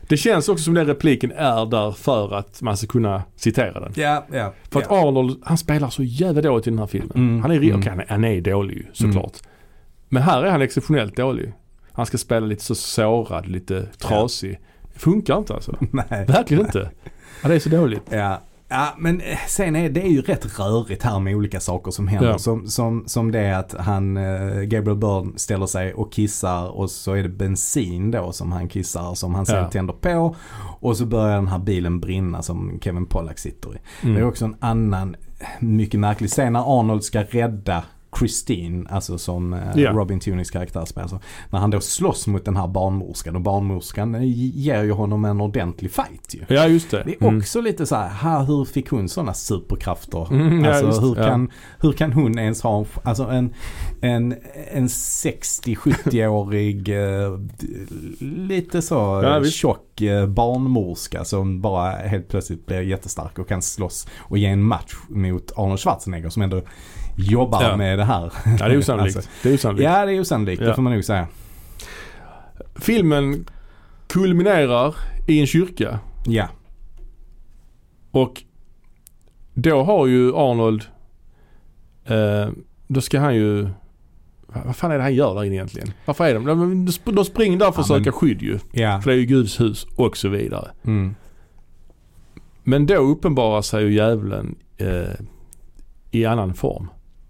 Det känns också som den repliken är där för att man ska kunna citera den. Ja. För att Arnold, han spelar så jävla dåligt i den här filmen. Han är dålig ju, såklart. Men här är han exceptionellt dålig. Han ska spela lite så sårad, lite trasig. Det funkar inte alltså. Nej. Verkligen inte. Ja, det är så dåligt. Ja, men sen är det ju rätt rörigt här med olika saker som händer. Ja. Som det att Gabriel Byrne ställer sig och kissar och så är det bensin då som han kissar som han sen tänder på och så börjar den här bilen brinna som Kevin Pollak sitter i. Det är också en annan mycket märklig scen när Arnold ska rädda Christine, alltså som Robin Tunys karaktär spelar. Så när han då slåss mot den här barnmorskan och barnmorskan ger ju honom en ordentlig fight ju. Ja, just det. Det är också lite så här, hur fick hon sådana superkrafter? Hur kan hon ens ha en 60-70-årig lite så tjock barnmorska som bara helt plötsligt blir jättestark och kan slåss och ge en match mot Arnold Schwarzenegger som ändå jobbar med det här. Ja, det är osannolikt. Alltså, det är osannolikt. Ja, det är osannolikt. Det får man nog säga. Filmen kulminerar i en kyrka. Ja. Och då har ju Arnold då ska han ju vad fan är det han gör där egentligen? Varför är de springer där för att söka skydd ju. Ja. För det är ju Guds hus och så vidare. Men då uppenbarar sig ju djävulen i annan form.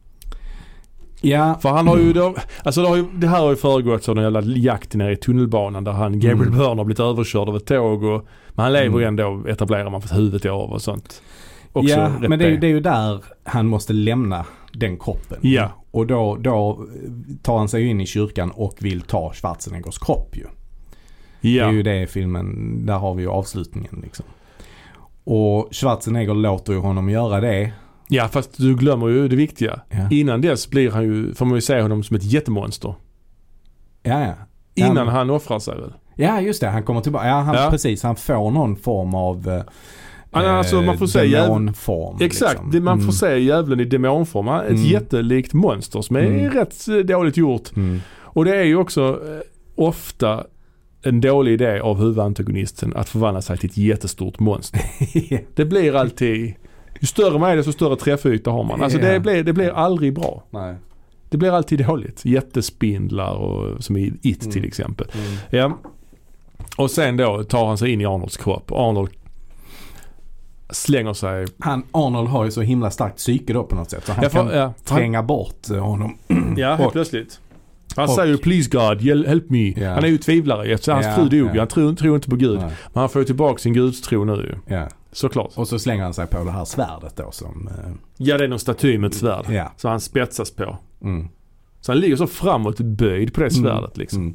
Ja. För han har ju då, alltså det här har ju föregått så den jävla jakten ner i tunnelbanan där han Gabriel Byrne har blivit överkörd av ett tåg men han lever ändå, etablerar man för huvudet av och sånt. Också ja, men det är ju där han måste lämna den kroppen. Ja. Och då tar han sig in i kyrkan och vill ta Schwarzeneggers kropp ju. Ja. Det är ju det filmen, där har vi ju avslutningen liksom. Och Schwarzenegger låter ju honom göra det. Ja, fast du glömmer ju det viktiga. Ja. Innan dess blir han ju, får man ju se honom som ett jättemonster. Ja. Innan han offrar sig väl. Ja, just det. Han kommer tillbaka. Ja, precis. Han får någon form av alltså man får se demonform. Exakt. Liksom. Man får se djävulen i demonform. Ett jättelikt monster som är rätt dåligt gjort. Och det är ju också ofta en dålig idé av huvudantagonisten att förvandla sig till ett jättestort monster. Det blir alltid... Ju större man är det, så större träffyta har man. Alltså det blir aldrig bra. Nej. Det blir alltid dåligt. Jättespindlar och som i It till exempel. Ja. Och sen då tar han sig in i Arnolds kropp. Arnold slänger sig. Arnold har ju så himla starkt psyke då på något sätt. Så han kan tränga bort honom. Ja, helt plötsligt. Han säger ju please God, help me. Yeah. Han är ju tvivlare eftersom hans fru dog. Han tror inte på Gud. Men han får ju tillbaka sin gudstro nu ju. Såklart. Och så slänger han sig på det här svärdet då som... Ja, det är någon staty med ett svärd. Så han spetsas på. Så han ligger så framåt böjd på det svärdet liksom.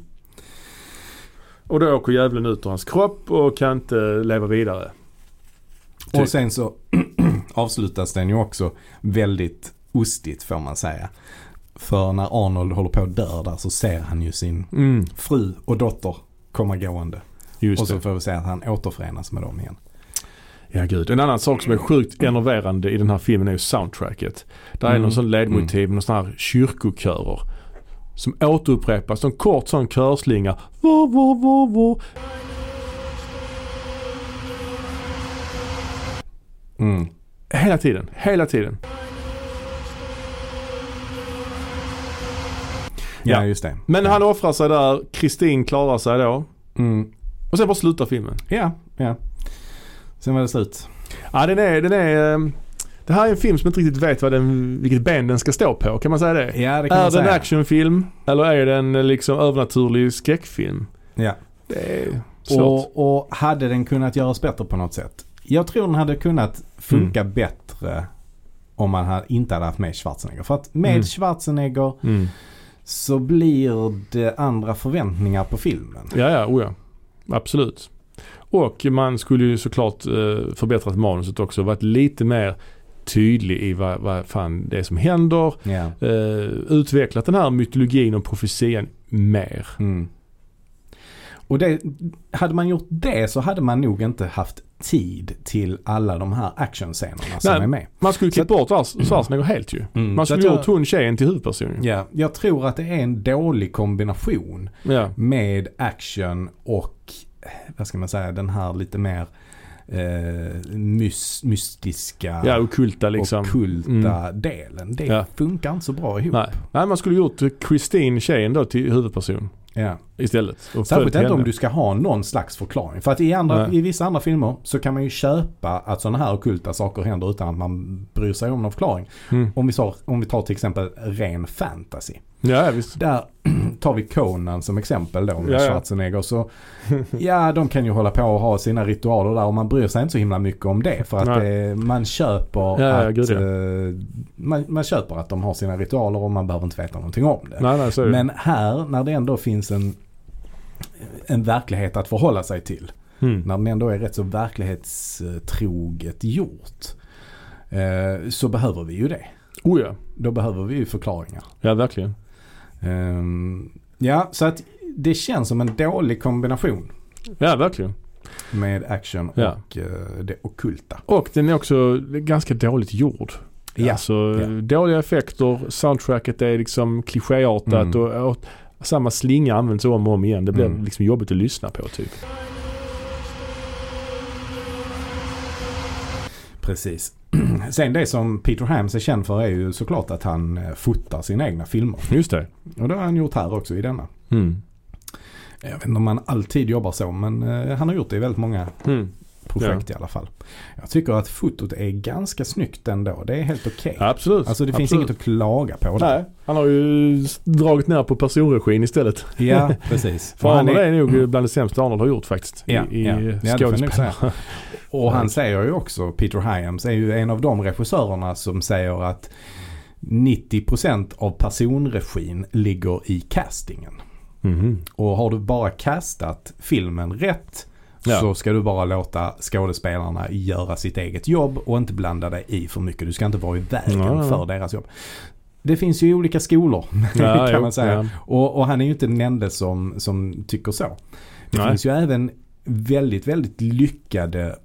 Och då åker djävulen ut ur hans kropp och kan inte leva vidare. Och sen så avslutas den ju också väldigt ostigt får man säga. För när Arnold håller på att dö där så ser han ju sin fru och dotter komma gående. Just och så får vi säga att han återförenas med dem igen. Ja gud. En annan sak som är sjukt enerverande i den här filmen är ju soundtracket. Där är någon sån ledmotiv, någon sån här kyrkokörer som återupprepas. En kort sån körslinga. Hela tiden. Ja, just det. Men han offrar sig där. Christine klarar sig då. Och sen bara slutar filmen. Ja. Sen var det slut. Ja, den är det här är en film som inte riktigt vet vilket ben den ska stå på. Kan man säga det? Ja, det kan man säga. Är det en actionfilm eller är det en liksom övernaturlig skräckfilm? Ja. Det är svårt. Och hade den kunnat göras bättre på något sätt? Jag tror den hade kunnat funka bättre om man inte hade haft med Schwarzenegger. För att med Schwarzenegger så blir det andra förväntningar på filmen. Ja. Absolut. Och man skulle ju såklart förbättrat manuset också. Varit lite mer tydlig i vad fan det är som händer. Utvecklat den här mytologin och profetian mer. Och hade man gjort det så hade man nog inte haft tid till alla de här actionscenerna som är med. Man skulle klippt bort Schwarzenegger helt ju. Man skulle gjort hon tjejen till huvudpersonen. Ja, jag tror att det är en dålig kombination med action och vad ska man säga, den här lite mer mystiska ockulta liksom. Delen. Det funkar inte så bra ihop. Nej, man skulle gjort Christine tjejen då till huvudperson. Ja. Istället. Särskilt inte om du ska ha någon slags förklaring. För att i vissa andra filmer så kan man ju köpa att sådana här ockulta saker händer utan att man bryr sig om någon förklaring. Om vi tar till exempel ren fantasy. Ja, visst. Där tar vi Conan som exempel då med Schwarzenegger. Så de kan ju hålla på och ha sina ritualer där och man bryr sig inte så himla mycket om det. För att man köper man köper att de har sina ritualer och man behöver inte veta någonting om det. Nej, men här, när det ändå finns en verklighet att förhålla sig till. När den ändå är rätt så verklighetstroget gjort. Så behöver vi ju det. Oh ja. Då behöver vi ju förklaringar. Ja, verkligen. Så att det känns som en dålig kombination. Ja, verkligen. Med action och det ockulta. Och den är också ganska dåligt gjord. Ja. Alltså, dåliga effekter, soundtracket är liksom klichéartat och samma slinga används om och om igen. Det blir liksom jobbigt att lyssna på typ. Precis. Sen det som Peter Hyams är känd för är ju såklart att han fotar sina egna filmer. Just det. Och det har han gjort här också i denna. Jag vet inte om han alltid jobbar så, men han har gjort det i väldigt många projekt i alla fall. Jag tycker att fotot är ganska snyggt ändå. Det är helt okej. Absolut. Alltså det finns inget att klaga på. Nej, han har ju dragit ner på personregin istället. Ja, precis. För han är nog bland det sämsta Arnold har gjort faktiskt. I skådespel. Och han säger ju också, Peter Hyams är ju en av de regissörerna som säger att 90% av personregin ligger i castingen. Och har du bara castat filmen rätt så ska du bara låta skådespelarna göra sitt eget jobb och inte blanda dig i för mycket. Du ska inte vara i vägen för deras jobb. Det finns ju olika skolor kan man säga. Ja. Och han är ju inte den enda som tycker så. Det finns ju även väldigt, väldigt lyckade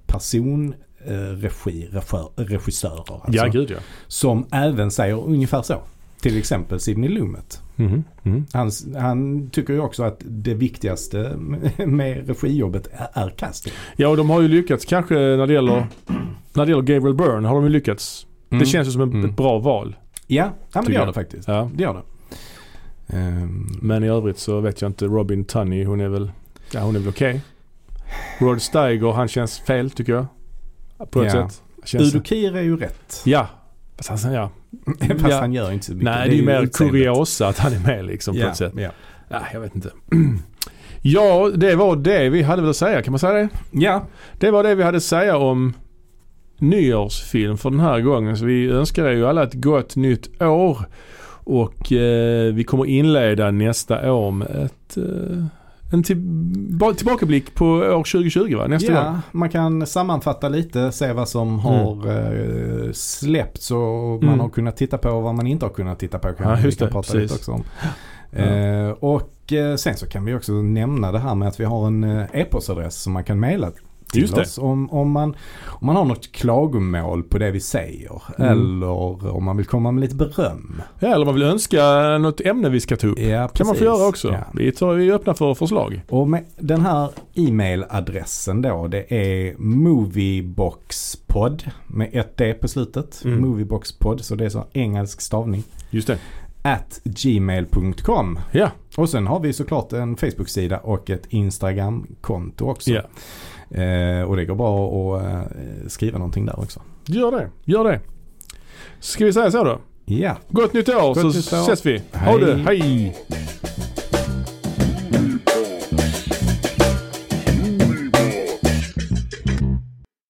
regissörer. Alltså, som även säger ungefär så. Till exempel Sidney Lumet. Han tycker ju också att det viktigaste med regijobbet är casting. Ja, och de har ju lyckats kanske när det gäller Gabriel Byrne har de ju lyckats. Det känns ju som ett bra val. Ja, men det gör det faktiskt. Ja. Det gör det. Men i övrigt så vet jag inte. Robin Tunney, hon är väl okej. Rod Steiger, han känns fel tycker jag. På ett sätt. Udo Kier är ju rätt. Ja. Fast han gör inte så mycket. Nej, det är ju mer kuriosa att han är med liksom på ett sätt. Ja, jag vet inte. Ja, det var det vi hade väl att säga. Kan man säga det? Ja. Det var det vi hade att säga om nyårsfilm för den här gången. Så vi önskar er ju alla ett gott nytt år. Och vi kommer inleda nästa år med en tillbakablick på år 2020 va? Nästa gång. Man kan sammanfatta lite, se vad som har släppts och man har kunnat titta på vad man inte har kunnat titta på. Vi kan prata lite också om. Och sen så kan vi också nämna det här med att vi har en e-postadress som man kan mejla till oss om man har något klagomål på det vi säger eller om man vill komma med lite beröm. Ja, eller om man vill önska något ämne vi ska ta upp. Ja, kan man få göra också. Ja. Vi är öppna för förslag. Och med den här e-mailadressen då, det är movieboxpod med ett D på slutet. Movieboxpod, så det är så engelsk stavning. Just det. @gmail.com. Ja. Och sen har vi såklart en Facebook-sida och ett Instagram-konto också. Ja. Och det går bra att skriva någonting där också. Gör det. Ska vi säga så då? Ja. Gott nytt år så ses vi. Ha det. Hej.